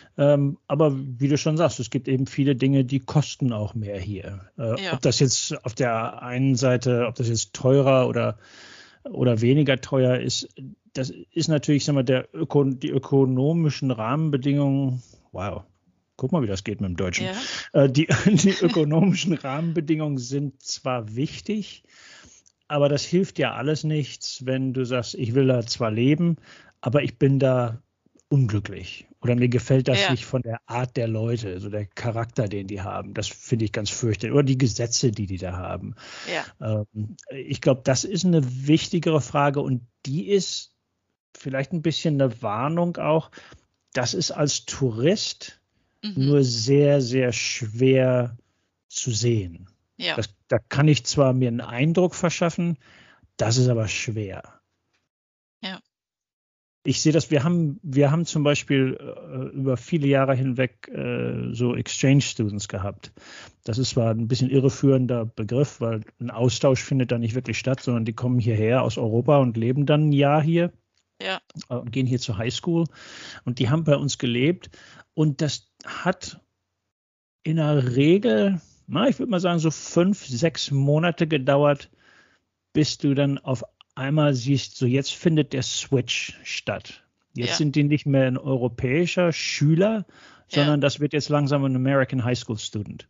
Aber wie du schon sagst, es gibt eben viele Dinge, die kosten auch mehr hier. Ja, Ob das jetzt auf der einen Seite, ob das jetzt teurer oder weniger teuer ist, das ist natürlich, sagen wir, die ökonomischen Rahmenbedingungen, wow, guck mal, wie das geht mit dem Deutschen. ja, Die ökonomischen Rahmenbedingungen sind zwar wichtig, aber das hilft ja alles nichts, wenn du sagst, ich will da zwar leben, aber ich bin da unglücklich. Oder mir gefällt das ja, nicht von der Art der Leute, so der Charakter, den die haben. Das finde ich ganz fürchterlich. Oder die Gesetze, die da haben. ja, Ich glaube, das ist eine wichtigere Frage und die ist vielleicht ein bisschen eine Warnung auch. Das ist als Tourist nur sehr, sehr schwer zu sehen. ja, Da kann ich zwar mir einen Eindruck verschaffen, das ist aber schwer. ja, Ich sehe das, wir haben zum Beispiel über viele Jahre hinweg so Exchange Students gehabt. Das ist zwar ein bisschen irreführender Begriff, weil ein Austausch findet da nicht wirklich statt, sondern die kommen hierher aus Europa und leben dann ein Jahr hier ja, und gehen hier zur Highschool. Und die haben bei uns gelebt. Und das hat in der Regel, ich würde mal sagen, so 5, 6 Monate gedauert, bis du dann auf einmal siehst, so jetzt findet der Switch statt. Jetzt sind die nicht mehr ein europäischer Schüler, sondern das wird jetzt langsam ein American High School Student.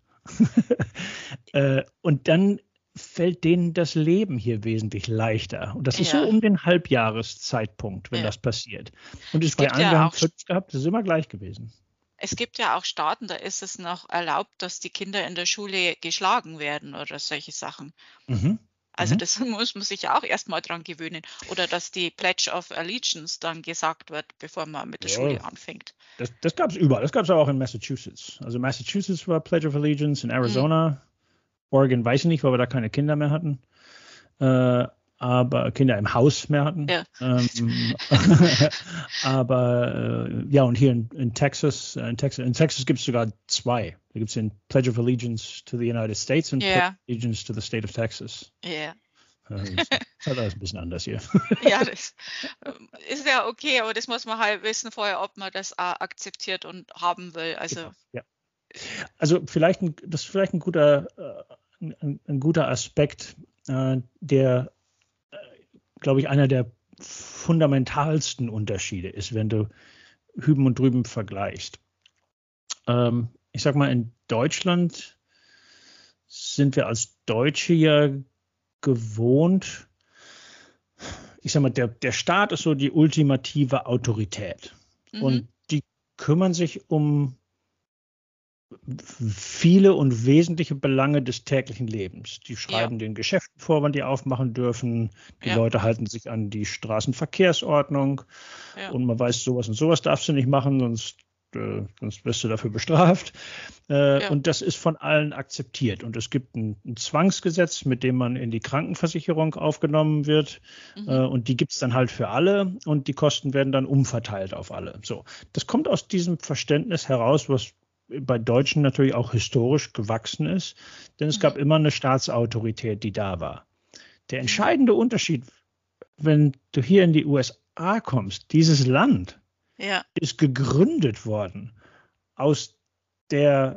Und dann fällt denen das Leben hier wesentlich leichter. Und das ist so um den Halbjahreszeitpunkt, wenn das passiert. Und es bei allen, wir haben 5 gehabt, das ist immer gleich gewesen. Es gibt ja auch Staaten, da ist es noch erlaubt, dass die Kinder in der Schule geschlagen werden oder solche Sachen. Also das muss man sich ja auch erstmal dran gewöhnen. Oder dass die Pledge of Allegiance dann gesagt wird, bevor man mit der Schule anfängt. Das gab es überall. Das gab es auch in Massachusetts. Also Massachusetts war Pledge of Allegiance, in Arizona, Oregon weiß ich nicht, weil wir da keine Kinder mehr hatten. Aber Kinder im Haus mehr hatten. Ja. Aber und hier in Texas gibt es sogar 2. Da gibt es den Pledge of Allegiance to the United States und Pledge of Allegiance to the State of Texas. Ja. Das ist halt alles ein bisschen anders hier. Ja, das ist ja okay, aber das muss man halt wissen vorher, ob man das akzeptiert und haben will. Also, also das ist vielleicht ein guter Aspekt, der glaube ich, einer der fundamentalsten Unterschiede ist, wenn du hüben und drüben vergleichst. Ich sag mal, in Deutschland sind wir als Deutsche ja gewohnt, ich sag mal, der Staat ist so die ultimative Autorität. Und die kümmern sich um viele und wesentliche Belange des täglichen Lebens. Die schreiben den Geschäften vor, wann die aufmachen dürfen. Die Leute halten sich an die Straßenverkehrsordnung. Und man weiß, sowas und sowas darfst du nicht machen, sonst wirst du dafür bestraft. Und das ist von allen akzeptiert. Und es gibt ein Zwangsgesetz, mit dem man in die Krankenversicherung aufgenommen wird. Und die gibt es dann halt für alle. Und die Kosten werden dann umverteilt auf alle. So, das kommt aus diesem Verständnis heraus, was bei Deutschen natürlich auch historisch gewachsen ist. Denn es gab immer eine Staatsautorität, die da war. Der entscheidende Unterschied, wenn du hier in die USA kommst, dieses Land ist gegründet worden from the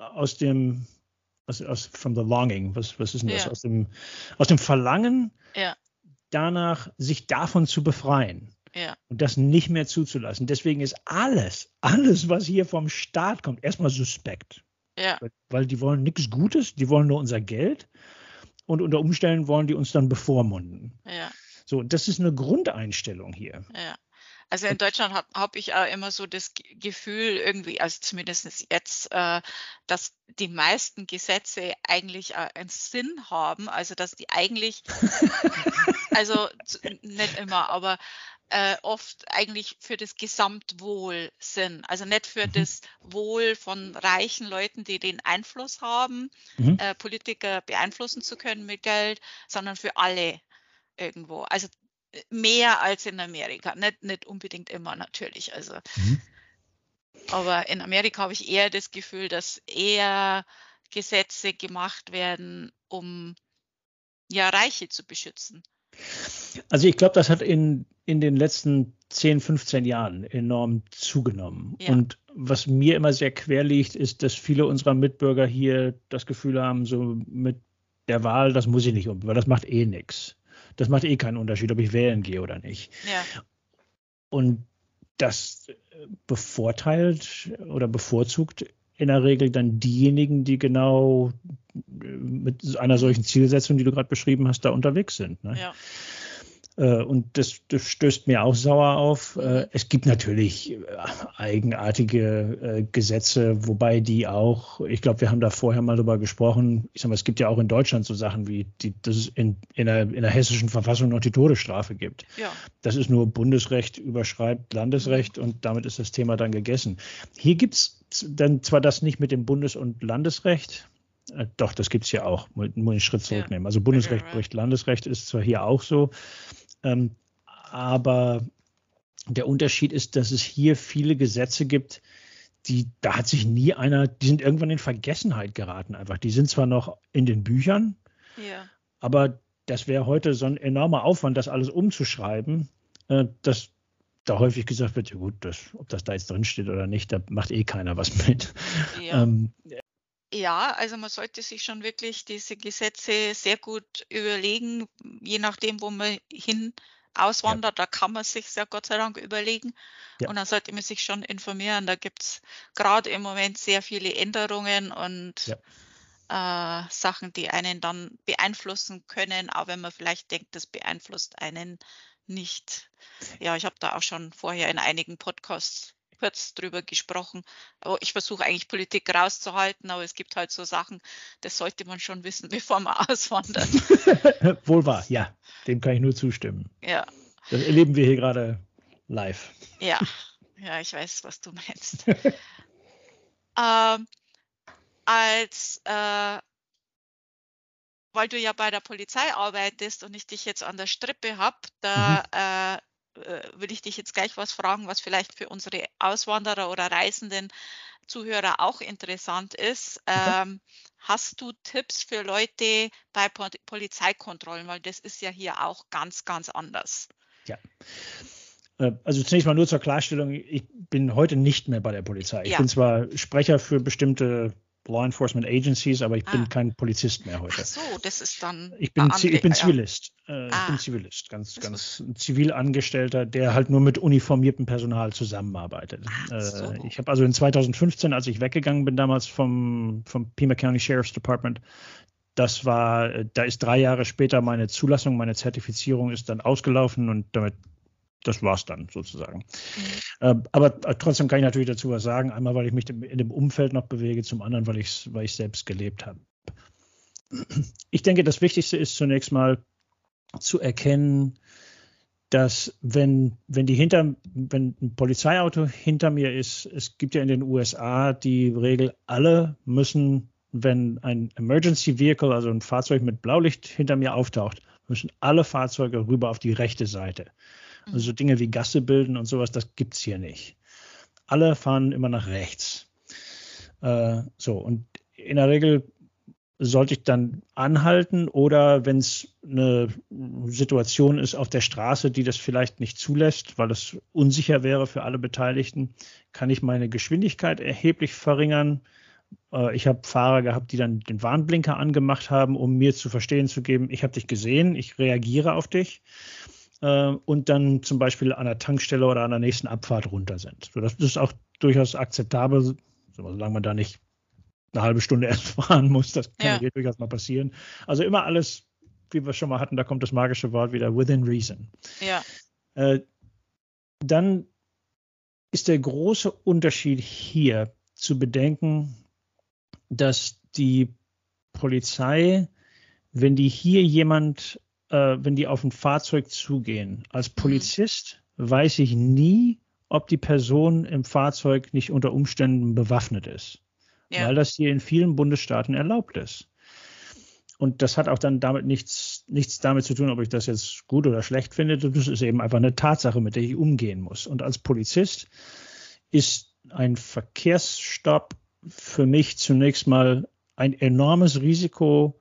longing, was ist denn das? Aus dem Verlangen danach, sich davon zu befreien und das nicht mehr zuzulassen. Deswegen ist alles, was hier vom Staat kommt, erstmal suspekt. Weil die wollen nichts Gutes, die wollen nur unser Geld und unter Umständen wollen die uns dann bevormunden. So, das ist eine Grundeinstellung hier. Also in Deutschland hab ich auch immer so das Gefühl irgendwie, also zumindest jetzt, dass die meisten Gesetze eigentlich einen Sinn haben, also dass die eigentlich, also nicht immer, aber oft eigentlich für das Gesamtwohl sind. Also nicht für das Wohl von reichen Leuten, die den Einfluss haben, Politiker beeinflussen zu können mit Geld, sondern für alle irgendwo. Also mehr als in Amerika. Nicht unbedingt immer natürlich. Also. Aber in Amerika habe ich eher das Gefühl, dass eher Gesetze gemacht werden, um Reiche zu beschützen. Also ich glaube, das hat in den letzten 10, 15 Jahren enorm zugenommen. Und was mir immer sehr quer liegt, ist, dass viele unserer Mitbürger hier das Gefühl haben, so mit der Wahl, das muss ich nicht weil das macht eh nichts. Das macht eh keinen Unterschied, ob ich wählen gehe oder nicht. Und das bevorteilt oder bevorzugt in der Regel dann diejenigen, die genau mit einer solchen Zielsetzung, die du gerade beschrieben hast, da unterwegs sind. Ne? Und das stößt mir auch sauer auf. Es gibt natürlich eigenartige Gesetze, wobei die auch, ich glaube, wir haben da vorher mal drüber gesprochen, ich sag mal, es gibt ja auch in Deutschland so Sachen wie, dass es in der hessischen Verfassung noch die Todesstrafe gibt. Das ist nur Bundesrecht überschreibt Landesrecht und damit ist das Thema dann gegessen. Hier gibt es dann zwar das nicht mit dem Bundes- und Landesrecht, doch, das gibt es ja auch, muss ich einen Schritt zurücknehmen. Also Bundesrecht bricht Landesrecht, ist zwar hier auch so, aber der Unterschied ist, dass es hier viele Gesetze gibt, da hat sich nie die sind irgendwann in Vergessenheit geraten einfach. Die sind zwar noch in den Büchern, aber das wäre heute so ein enormer Aufwand, das alles umzuschreiben, dass da häufig gesagt wird, ja gut, ob das da jetzt drin steht oder nicht, da macht eh keiner was mit. Also man sollte sich schon wirklich diese Gesetze sehr gut überlegen, je nachdem, wo man hin auswandert, da kann man sich ja Gott sei Dank überlegen und dann sollte man sich schon informieren. Da gibt es gerade im Moment sehr viele Änderungen und Sachen, die einen dann beeinflussen können, auch wenn man vielleicht denkt, das beeinflusst einen nicht. Ja, ich habe da auch schon vorher in einigen Podcasts kurz drüber gesprochen. Aber ich versuche eigentlich Politik rauszuhalten, aber es gibt halt so Sachen, das sollte man schon wissen, bevor man auswandert. Wohl wahr, ja. Dem kann ich nur zustimmen. Ja. Das erleben wir hier gerade live. Ja, ich weiß, was du meinst. Weil du ja bei der Polizei arbeitest und ich dich jetzt an der Strippe habe, da will ich dich jetzt gleich was fragen, was vielleicht für unsere Auswanderer oder reisenden Zuhörer auch interessant ist. Hast du Tipps für Leute bei Polizeikontrollen? Weil das ist ja hier auch ganz, ganz anders. Ja. Also zunächst mal nur zur Klarstellung, ich bin heute nicht mehr bei der Polizei. Ich bin zwar Sprecher für bestimmte Law Enforcement Agencies, aber ich bin kein Polizist mehr heute. Ach so, das ist dann. Ich bin Zivilist. Ich bin Zivilist, ganz ein Zivilangestellter, der halt nur mit uniformiertem Personal zusammenarbeitet. So. Ich habe also in 2015, als ich weggegangen bin, damals vom Pima County Sheriff's Department, da ist 3 Jahre später meine Zulassung, meine Zertifizierung ist dann ausgelaufen und damit das war's dann sozusagen. Aber trotzdem kann ich natürlich dazu was sagen. Einmal, weil ich mich in dem Umfeld noch bewege, zum anderen, weil ich selbst gelebt habe. Ich denke, das Wichtigste ist zunächst mal zu erkennen, dass wenn ein Polizeiauto hinter mir ist, es gibt ja in den USA die Regel, alle müssen, wenn ein Emergency Vehicle, also ein Fahrzeug mit Blaulicht hinter mir auftaucht, müssen alle Fahrzeuge rüber auf die rechte Seite. Also Dinge wie Gasse bilden und sowas, das gibt's hier nicht. Alle fahren immer nach rechts. Und in der Regel sollte ich dann anhalten oder wenn es eine Situation ist auf der Straße, die das vielleicht nicht zulässt, weil es unsicher wäre für alle Beteiligten, kann ich meine Geschwindigkeit erheblich verringern. Ich habe Fahrer gehabt, die dann den Warnblinker angemacht haben, um mir zu verstehen zu geben, ich habe dich gesehen, ich reagiere auf dich und dann zum Beispiel an der Tankstelle oder an der nächsten Abfahrt runter sind. So, das ist auch durchaus akzeptabel, solange man da nicht eine halbe Stunde erst fahren muss. Das kann ja durchaus mal passieren. Also immer alles, wie wir schon mal hatten, da kommt das magische Wort wieder, within reason. Ja. Dann ist der große Unterschied hier zu bedenken, dass die Polizei, wenn die wenn die auf ein Fahrzeug zugehen, als Polizist weiß ich nie, ob die Person im Fahrzeug nicht unter Umständen bewaffnet ist. Ja. Weil das hier in vielen Bundesstaaten erlaubt ist. Und das hat auch dann damit nichts damit zu tun, ob ich das jetzt gut oder schlecht finde. Das ist eben einfach eine Tatsache, mit der ich umgehen muss. Und als Polizist ist ein Verkehrsstopp für mich zunächst mal ein enormes Risiko,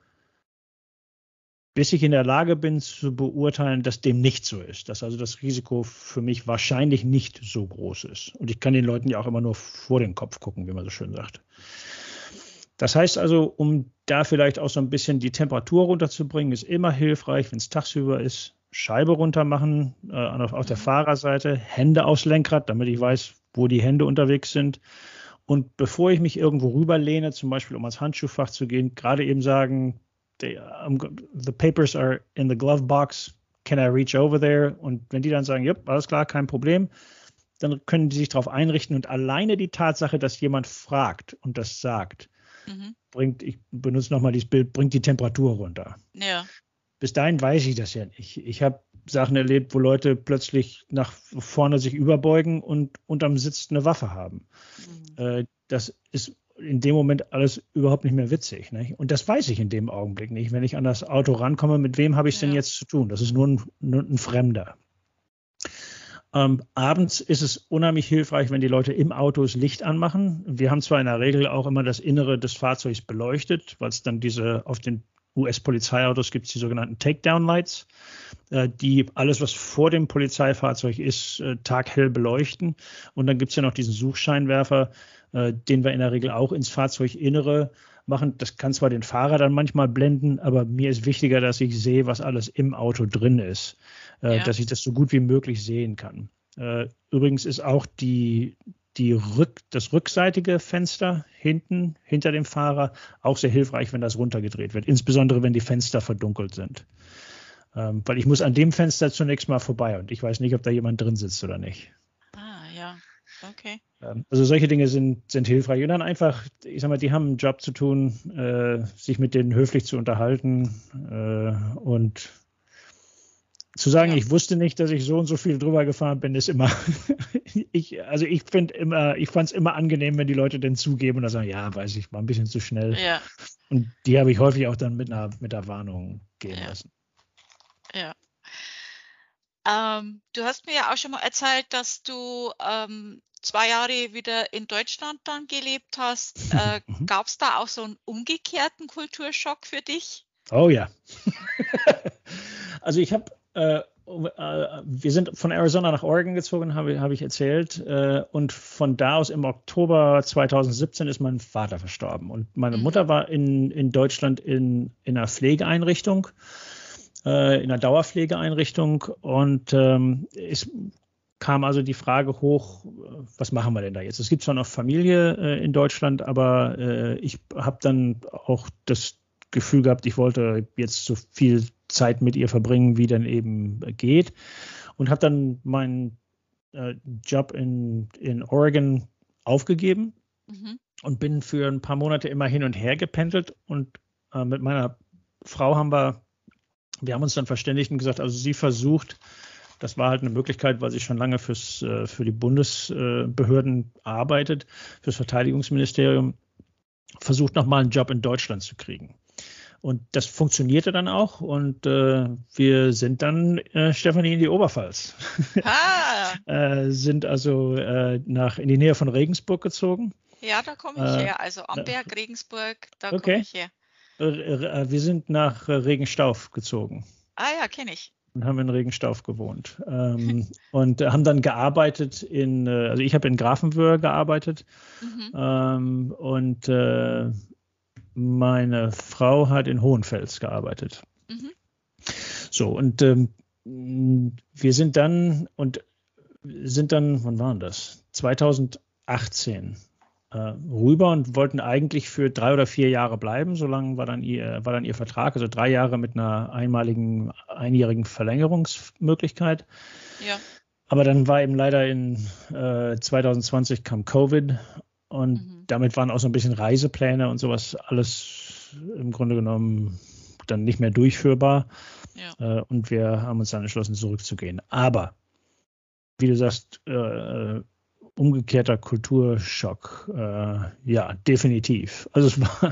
bis ich in der Lage bin zu beurteilen, dass dem nicht so ist. Dass also das Risiko für mich wahrscheinlich nicht so groß ist. Und ich kann den Leuten ja auch immer nur vor den Kopf gucken, wie man so schön sagt. Das heißt also, um da vielleicht auch so ein bisschen die Temperatur runterzubringen, ist immer hilfreich, wenn es tagsüber ist, Scheibe runter machen, auf der Fahrerseite, Hände aufs Lenkrad, damit ich weiß, wo die Hände unterwegs sind. Und bevor ich mich irgendwo rüberlehne, zum Beispiel um ans Handschuhfach zu gehen, gerade eben sagen, the papers are in the glove box, can I reach over there? Und wenn die dann sagen, ja, alles klar, kein Problem, dann können die sich darauf einrichten. Und alleine die Tatsache, dass jemand fragt und das sagt, ich benutze nochmal dieses Bild, bringt die Temperatur runter. Ja. Bis dahin weiß ich das ja nicht. Ich habe Sachen erlebt, wo Leute plötzlich nach vorne sich überbeugen und unterm Sitz eine Waffe haben. Das ist in dem Moment alles überhaupt nicht mehr witzig. Nicht? Und das weiß ich in dem Augenblick nicht. Wenn ich an das Auto rankomme, mit wem habe ich es denn jetzt zu tun? Das ist nur ein Fremder. Abends ist es unheimlich hilfreich, wenn die Leute im Auto das Licht anmachen. Wir haben zwar in der Regel auch immer das Innere des Fahrzeugs beleuchtet, weil es dann auf den US-Polizeiautos gibt es die sogenannten Takedown-Lights, die alles, was vor dem Polizeifahrzeug ist, taghell beleuchten. Und dann gibt es ja noch diesen Suchscheinwerfer, den wir in der Regel auch ins Fahrzeuginnere machen. Das kann zwar den Fahrer dann manchmal blenden, aber mir ist wichtiger, dass ich sehe, was alles im Auto drin ist, dass ich das so gut wie möglich sehen kann. Übrigens ist auch das rückseitige Fenster hinter dem Fahrer auch sehr hilfreich, wenn das runtergedreht wird, insbesondere wenn die Fenster verdunkelt sind. Weil ich muss an dem Fenster zunächst mal vorbei und ich weiß nicht, ob da jemand drin sitzt oder nicht. Ja, okay. Also solche Dinge sind hilfreich. Und dann einfach, ich sag mal, die haben einen Job zu tun, sich mit denen höflich zu unterhalten und zu sagen, ich wusste nicht, dass ich so und so viel drüber gefahren bin, ist immer, ich fand es immer angenehm, wenn die Leute denn zugeben und dann sagen, ja, weiß ich, war ein bisschen zu schnell. Ja. Und die habe ich häufig auch dann mit der Warnung gehen lassen. Ja. Du hast mir ja auch schon mal erzählt, dass du 2 Jahre wieder in Deutschland dann gelebt hast. Gab es da auch so einen umgekehrten Kulturschock für dich? Oh ja. Also wir sind von Arizona nach Oregon gezogen, habe ich erzählt. Und von da aus im Oktober 2017 ist mein Vater verstorben. Und meine Mutter war in Deutschland in einer Pflegeeinrichtung, in einer Dauerpflegeeinrichtung. Und es kam also die Frage hoch, was machen wir denn da jetzt? Es gibt zwar noch Familie in Deutschland, aber ich habe dann auch das Gefühl gehabt, ich wollte jetzt so viel Zeit mit ihr verbringen, wie dann eben geht. und habe dann meinen Job in Oregon aufgegeben und bin für ein paar Monate immer hin und her gependelt und mit meiner Frau haben wir uns dann verständigt und gesagt, also sie versucht, das war halt eine Möglichkeit, weil sie schon lange für die Bundesbehörden arbeitet, fürs Verteidigungsministerium, versucht nochmal einen Job in Deutschland zu kriegen. Und das funktionierte dann auch und wir sind dann, Stefanie, in die Oberpfalz. Sind also in die Nähe von Regensburg gezogen. Ja, da komme ich her. Also Amberg, Regensburg, da komme ich her. Wir sind nach Regenstauf gezogen. Ah ja, kenne ich. Und haben in Regenstauf gewohnt. Und haben dann gearbeitet also ich habe in Grafenwöhr gearbeitet. Und meine Frau hat in Hohenfels gearbeitet. So, und wir sind dann, wann war das? 2018 rüber und wollten eigentlich für 3 oder 4 Jahre bleiben. So lange war dann ihr Vertrag, also 3 Jahre mit einer einjährigen Verlängerungsmöglichkeit. Ja. Aber dann war eben leider in 2020 kam Covid und damit waren auch so ein bisschen Reisepläne und sowas alles im Grunde genommen dann nicht mehr durchführbar. Ja. Und wir haben uns dann entschlossen, zurückzugehen. Aber, wie du sagst, umgekehrter Kulturschock. Ja, definitiv. Also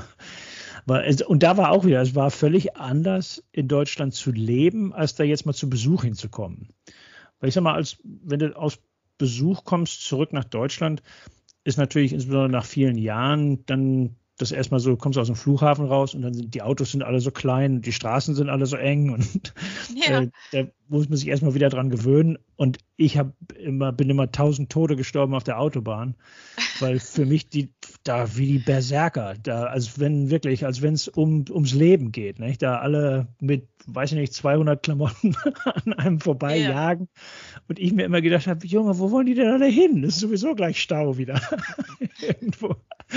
und da war auch wieder, es war völlig anders, in Deutschland zu leben, als da jetzt mal zu Besuch hinzukommen. Weil ich sag mal, wenn du aus Besuch kommst, zurück nach Deutschland, ist natürlich insbesondere nach vielen Jahren dann das erstmal so, kommst du aus dem Flughafen raus und dann sind die Autos sind alle so klein, die Straßen sind alle so eng und da muss man sich erstmal wieder dran gewöhnen. Und ich bin immer 1000 Tote gestorben auf der Autobahn, weil für mich da wie die Berserker, als wenn es ums Leben geht, nicht? Da alle mit, weiß ich nicht, 200 Klamotten an einem vorbeijagen und ich mir immer gedacht habe, Junge, wo wollen die denn alle hin? Das ist sowieso gleich Stau wieder irgendwo.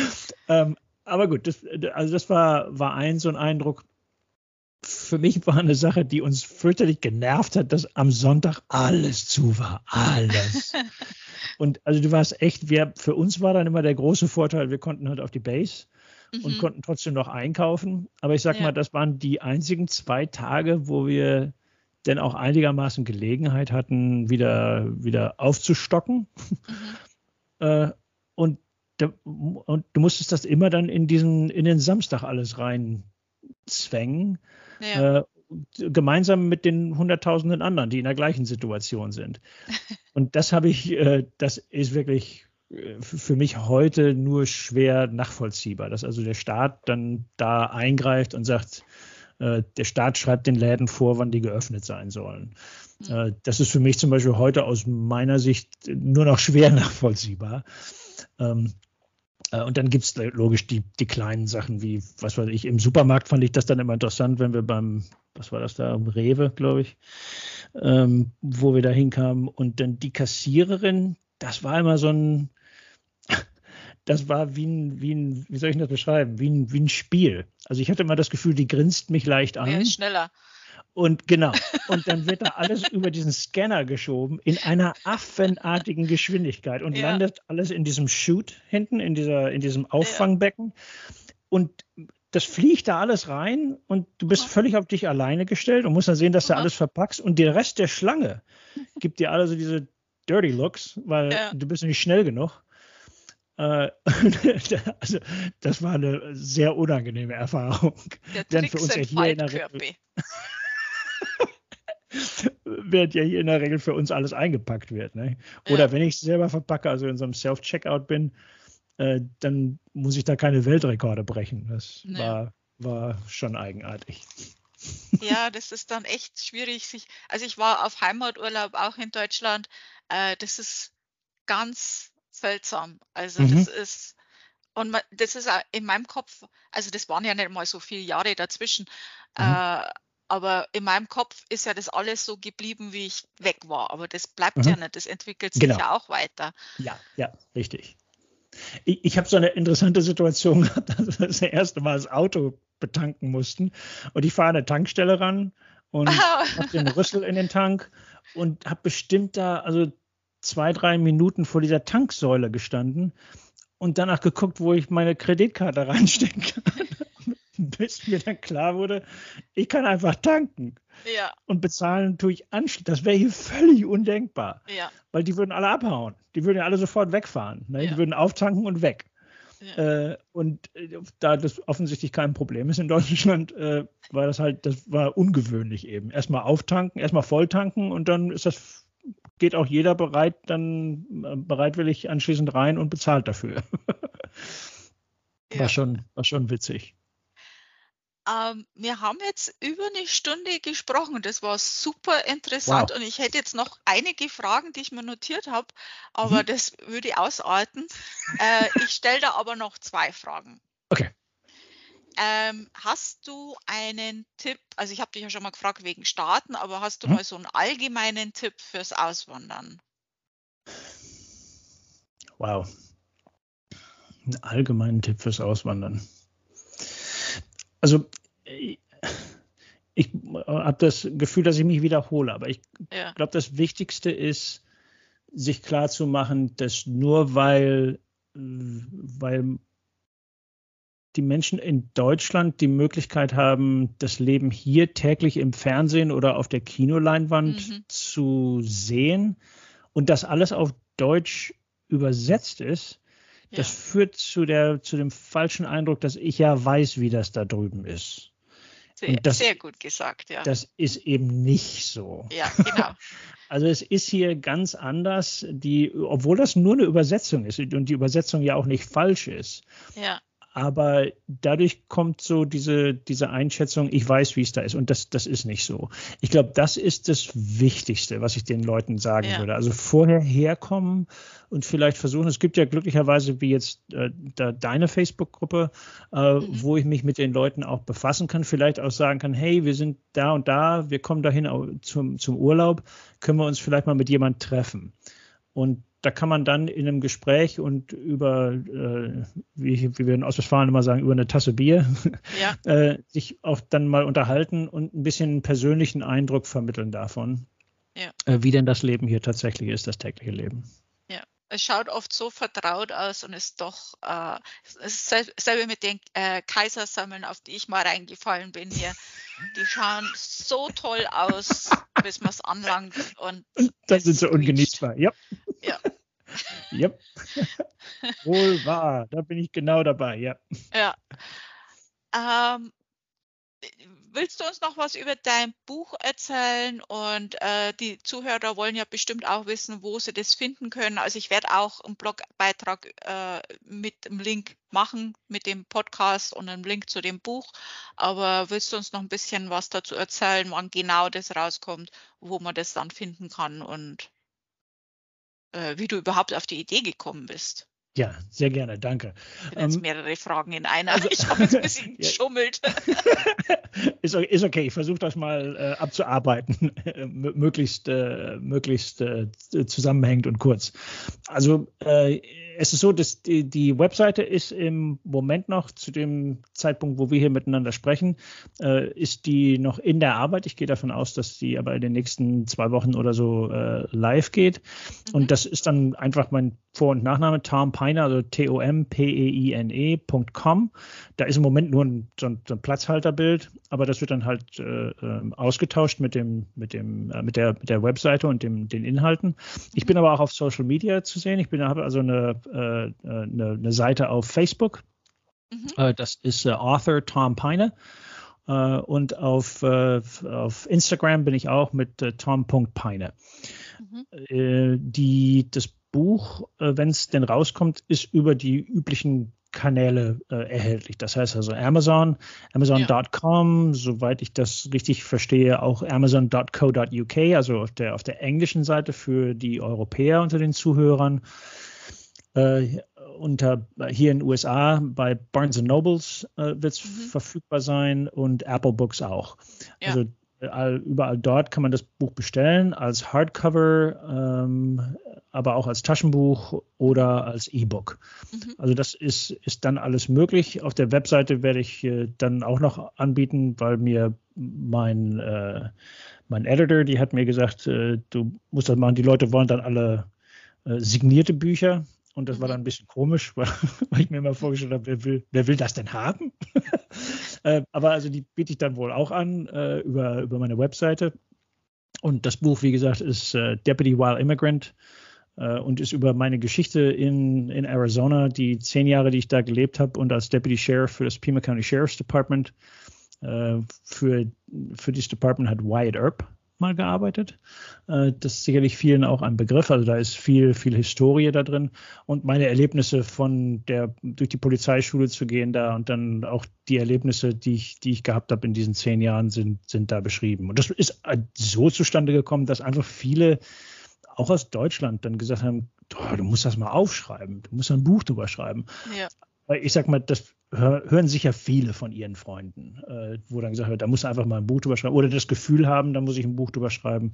Aber gut, das war so ein Eindruck. Für mich war eine Sache, die uns fürchterlich genervt hat, dass am Sonntag alles zu war. Alles. Und also du warst echt, für uns war dann immer der große Vorteil, wir konnten halt auf die Base und konnten trotzdem noch einkaufen. Aber ich sag mal, das waren die einzigen 2 Tage, wo wir dann auch einigermaßen Gelegenheit hatten, wieder aufzustocken. Und du musstest das immer dann in den Samstag alles rein zwängen, gemeinsam mit den Hunderttausenden anderen, die in der gleichen Situation sind. Und das ist wirklich für mich heute nur schwer nachvollziehbar, dass also der Staat dann da eingreift und sagt, der Staat schreibt den Läden vor, wann die geöffnet sein sollen. Das ist für mich zum Beispiel heute aus meiner Sicht nur noch schwer nachvollziehbar. Und dann gibt es logisch die kleinen Sachen wie, was weiß ich, im Supermarkt fand ich das dann immer interessant, wenn wir was war das da, Rewe, glaube ich, wo wir da hinkamen. Und dann die Kassiererin, das war immer das war wie soll ich das beschreiben, wie ein Spiel. Also ich hatte immer das Gefühl, die grinst mich leicht an. Ja, ist schneller. Und genau, und dann wird da alles über diesen Scanner geschoben in einer affenartigen Geschwindigkeit und landet alles in diesem Chute hinten, in diesem Auffangbecken. Und das fliegt da alles rein und du bist völlig auf dich alleine gestellt und musst dann sehen, dass du alles verpackst. Und der Rest der Schlange gibt dir alle so diese Dirty Looks, weil du bist nicht schnell genug. Also das war eine sehr unangenehme Erfahrung. Der für uns hier in der Regel während ja hier in der Regel für uns alles eingepackt wird. Ne? Oder wenn ich es selber verpacke, also in so einem Self-Checkout bin, dann muss ich da keine Weltrekorde brechen. Das war schon eigenartig. Ja, das ist dann echt schwierig. Also ich war auf Heimaturlaub auch in Deutschland. Das ist ganz seltsam. Also das ist auch in meinem Kopf, also das waren ja nicht mal so viele Jahre dazwischen, aber in meinem Kopf ist ja das alles so geblieben, wie ich weg war. Aber das bleibt ja nicht, das entwickelt sich ja auch weiter. Ja, richtig. Ich habe so eine interessante Situation gehabt, dass wir das erste Mal das Auto betanken mussten. Und ich fahre an eine Tankstelle ran und habe den Rüssel in den Tank und habe bestimmt da also 2-3 Minuten vor dieser Tanksäule gestanden und danach geguckt, wo ich meine Kreditkarte reinstecken kann, bis mir dann klar wurde, ich kann einfach tanken. Ja. Und bezahlen tue ich anschließend. Das wäre hier völlig undenkbar. Ja. Weil die würden alle abhauen. Die würden ja alle sofort wegfahren. Ne? Ja. Die würden auftanken und weg. Ja. Da das offensichtlich kein Problem ist in Deutschland, war das war ungewöhnlich eben. Erstmal auftanken, erstmal volltanken und dann geht auch jeder bereitwillig anschließend rein und bezahlt dafür. Ja. War schon witzig. Wir haben jetzt über eine Stunde gesprochen. Das war super interessant. Wow. Und ich hätte jetzt noch einige Fragen, die ich mir notiert habe, aber das würde ausarten. Ich stelle da aber noch 2 Fragen. Okay. Hast du einen Tipp? Also ich habe dich ja schon mal gefragt wegen Staaten, aber hast du mal so einen allgemeinen Tipp fürs Auswandern? Wow. Einen allgemeinen Tipp fürs Auswandern. Also ich habe das Gefühl, dass ich mich wiederhole, aber ich glaube, das Wichtigste ist, sich klarzumachen, dass nur weil die Menschen in Deutschland die Möglichkeit haben, das Leben hier täglich im Fernsehen oder auf der Kinoleinwand zu sehen und das alles auf Deutsch übersetzt ist, das führt zu dem falschen Eindruck, dass ich ja weiß, wie das da drüben ist. Sehr gut gesagt, ja. Das ist eben nicht so. Ja, genau. Also es ist hier ganz anders, obwohl das nur eine Übersetzung ist und die Übersetzung ja auch nicht falsch ist. Ja. Aber dadurch kommt so diese Einschätzung, ich weiß, wie es da ist. Und das ist nicht so. Ich glaube, das ist das Wichtigste, was ich den Leuten sagen würde. Also vorher herkommen und vielleicht versuchen, es gibt ja glücklicherweise wie jetzt deine Facebook-Gruppe, wo ich mich mit den Leuten auch befassen kann, vielleicht auch sagen kann, hey, wir sind da und da, wir kommen dahin zum Urlaub, können wir uns vielleicht mal mit jemand treffen. Und da kann man dann in einem Gespräch und über, wie wir in Ostwestfalen immer sagen, über eine Tasse Bier, sich auch dann mal unterhalten und ein bisschen einen persönlichen Eindruck vermitteln davon, wie denn das Leben hier tatsächlich ist, das tägliche Leben. Ja, es schaut oft so vertraut aus und ist doch, es ist selber mit den Kaisersammeln, auf die ich mal reingefallen bin hier, die schauen so toll aus, bis man es anlangt. Und dann sind sie ungenießbar, ja. Ja. Wohl wahr, da bin ich genau dabei, ja. Ja. Willst du uns noch was über dein Buch erzählen? Und die Zuhörer wollen ja bestimmt auch wissen, wo sie das finden können. Also ich werde auch einen Blogbeitrag mit dem Link machen, mit dem Podcast und einem Link zu dem Buch. Aber willst du uns noch ein bisschen was dazu erzählen, wann genau das rauskommt, wo man das dann finden kann und wie du überhaupt auf die Idee gekommen bist? Ja, sehr gerne, danke. Das sind jetzt mehrere Fragen in einer. Also, ich habe jetzt ein bisschen geschummelt. Ist okay, ich versuche das mal abzuarbeiten, möglichst zusammenhängend und kurz. Also es ist so, dass die Webseite ist im Moment noch, zu dem Zeitpunkt, wo wir hier miteinander sprechen, ist die noch in der Arbeit. Ich gehe davon aus, dass die aber in den nächsten 2 Wochen oder so live geht. Und das ist dann einfach mein Vor- und Nachname, Tom Peine, also TOMPEINE.com. Da ist im Moment nur so ein Platzhalterbild, aber das wird dann halt ausgetauscht mit der Webseite und den Inhalten. Ich bin aber auch auf Social Media zu sehen. Ich habe also eine Seite auf Facebook. Das ist Author Tom Peine. Und auf Instagram bin ich auch mit tom.peine. Das Buch, wenn es denn rauskommt, ist über die üblichen Kanäle erhältlich. Das heißt also Amazon.com, soweit ich das richtig verstehe, auch Amazon.co.uk, also auf der englischen Seite für die Europäer unter den Zuhörern. Hier in den USA bei Barnes & Nobles wird es verfügbar sein und Apple Books auch. Ja. Also überall dort kann man das Buch bestellen, als Hardcover, aber auch als Taschenbuch oder als E-Book. Also das ist dann alles möglich. Auf der Webseite werde ich dann auch noch anbieten, weil mir mein mein Editor, die hat mir gesagt, du musst das machen. Die Leute wollen dann alle signierte Bücher. Und das war dann ein bisschen komisch, weil ich mir immer vorgestellt habe, wer will das denn haben? Aber also die biete ich dann wohl auch an über meine Webseite. Und das Buch, wie gesagt, ist Deputy While Immigrant und ist über meine Geschichte in Arizona, die 10 Jahre, die ich da gelebt habe und als Deputy Sheriff für das Pima County Sheriff's Department. Für dieses Department hat Wyatt Earp mal gearbeitet. Das ist sicherlich vielen auch ein Begriff. Also da ist viel Historie da drin. Und meine Erlebnisse durch die Polizeischule zu gehen da und dann auch die Erlebnisse, die ich gehabt habe in diesen 10 Jahren, sind da beschrieben. Und das ist so zustande gekommen, dass einfach viele, auch aus Deutschland, dann gesagt haben, du musst das mal aufschreiben. Du musst ein Buch drüber schreiben. Ja. Ich sag mal, das hören sicher viele von ihren Freunden, wo dann gesagt wird, da muss einfach mal ein Buch drüber schreiben oder das Gefühl haben, da muss ich ein Buch drüber schreiben.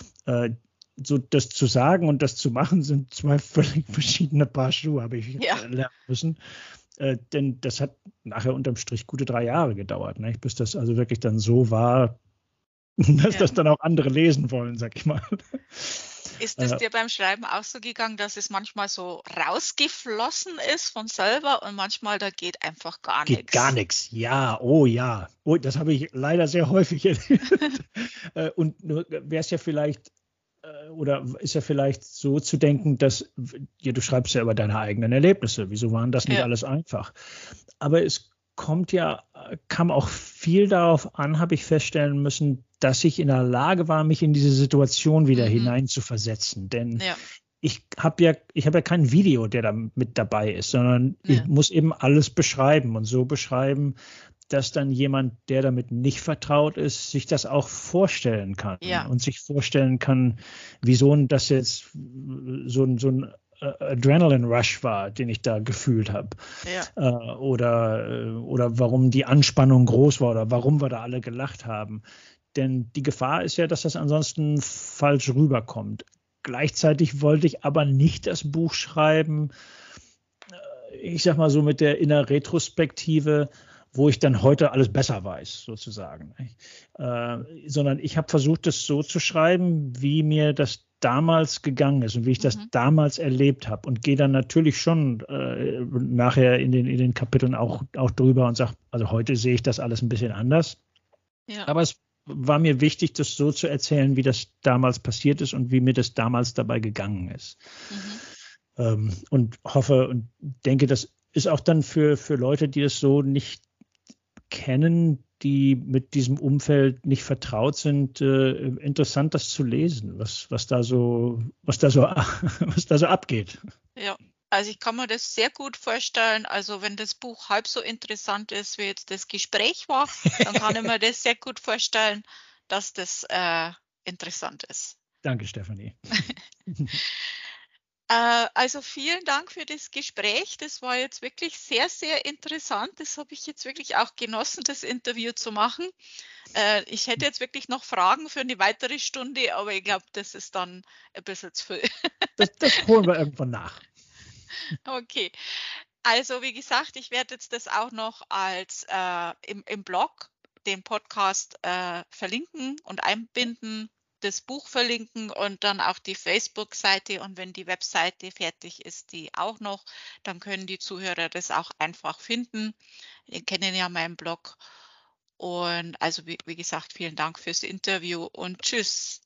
So das zu sagen und das zu machen, sind 2 völlig verschiedene Paar Schuhe, habe ich lernen müssen. Denn das hat nachher unterm Strich gute 3 Jahre gedauert, ne? Bis das also wirklich dann so war, dass das dann auch andere lesen wollen, sag ich mal. Ist es dir beim Schreiben auch so gegangen, dass es manchmal so rausgeflossen ist von selber und manchmal da geht einfach gar nichts? Geht gar nichts, ja, oh ja. Oh, das habe ich leider sehr häufig erlebt. Und wäre es ja vielleicht, oder ist ja vielleicht so zu denken, dass du schreibst ja über deine eigenen Erlebnisse. Wieso waren das nicht alles einfach? Aber es kam auch viel darauf an, habe ich feststellen müssen, dass ich in der Lage war, mich in diese Situation wieder hinein zu versetzen. Denn ich habe ja kein Video, der da mit dabei ist, sondern ich muss eben alles beschreiben und so beschreiben, dass dann jemand, der damit nicht vertraut ist, sich das auch vorstellen kann und sich vorstellen kann, wieso das jetzt so ein Adrenaline Rush war, den ich da gefühlt habe. Oder warum die Anspannung groß war oder warum wir da alle gelacht haben. Denn die Gefahr ist ja, dass das ansonsten falsch rüberkommt. Gleichzeitig wollte ich aber nicht das Buch schreiben, ich sag mal so in der Retrospektive, wo ich dann heute alles besser weiß, sozusagen. Sondern ich habe versucht, das so zu schreiben, wie mir das damals gegangen ist und wie ich das damals erlebt habe und gehe dann natürlich schon nachher in den Kapiteln auch drüber und sage, also heute sehe ich das alles ein bisschen anders. Aber es war mir wichtig, das so zu erzählen, wie das damals passiert ist und wie mir das damals dabei gegangen ist. Und hoffe und denke, das ist auch dann für Leute, die es so nicht kennen, die mit diesem Umfeld nicht vertraut sind, interessant, das zu lesen, was da so abgeht. Ja, also ich kann mir das sehr gut vorstellen. Also wenn das Buch halb so interessant ist, wie jetzt das Gespräch war, dann kann ich mir das sehr gut vorstellen, dass das interessant ist. Danke, Stefanie. Also vielen Dank für das Gespräch. Das war jetzt wirklich sehr, sehr interessant. Das habe ich jetzt wirklich auch genossen, das Interview zu machen. Ich hätte jetzt wirklich noch Fragen für eine weitere Stunde, aber ich glaube, das ist dann ein bisschen zu viel. Das holen wir irgendwann nach. Okay. Also wie gesagt, ich werde jetzt das auch noch als im Blog, den Podcast verlinken und einbinden, das Buch verlinken und dann auch die Facebook-Seite, und wenn die Webseite fertig ist, die auch noch, dann können die Zuhörer das auch einfach finden. Die kennen ja meinen Blog. Und also wie gesagt, vielen Dank fürs Interview und tschüss.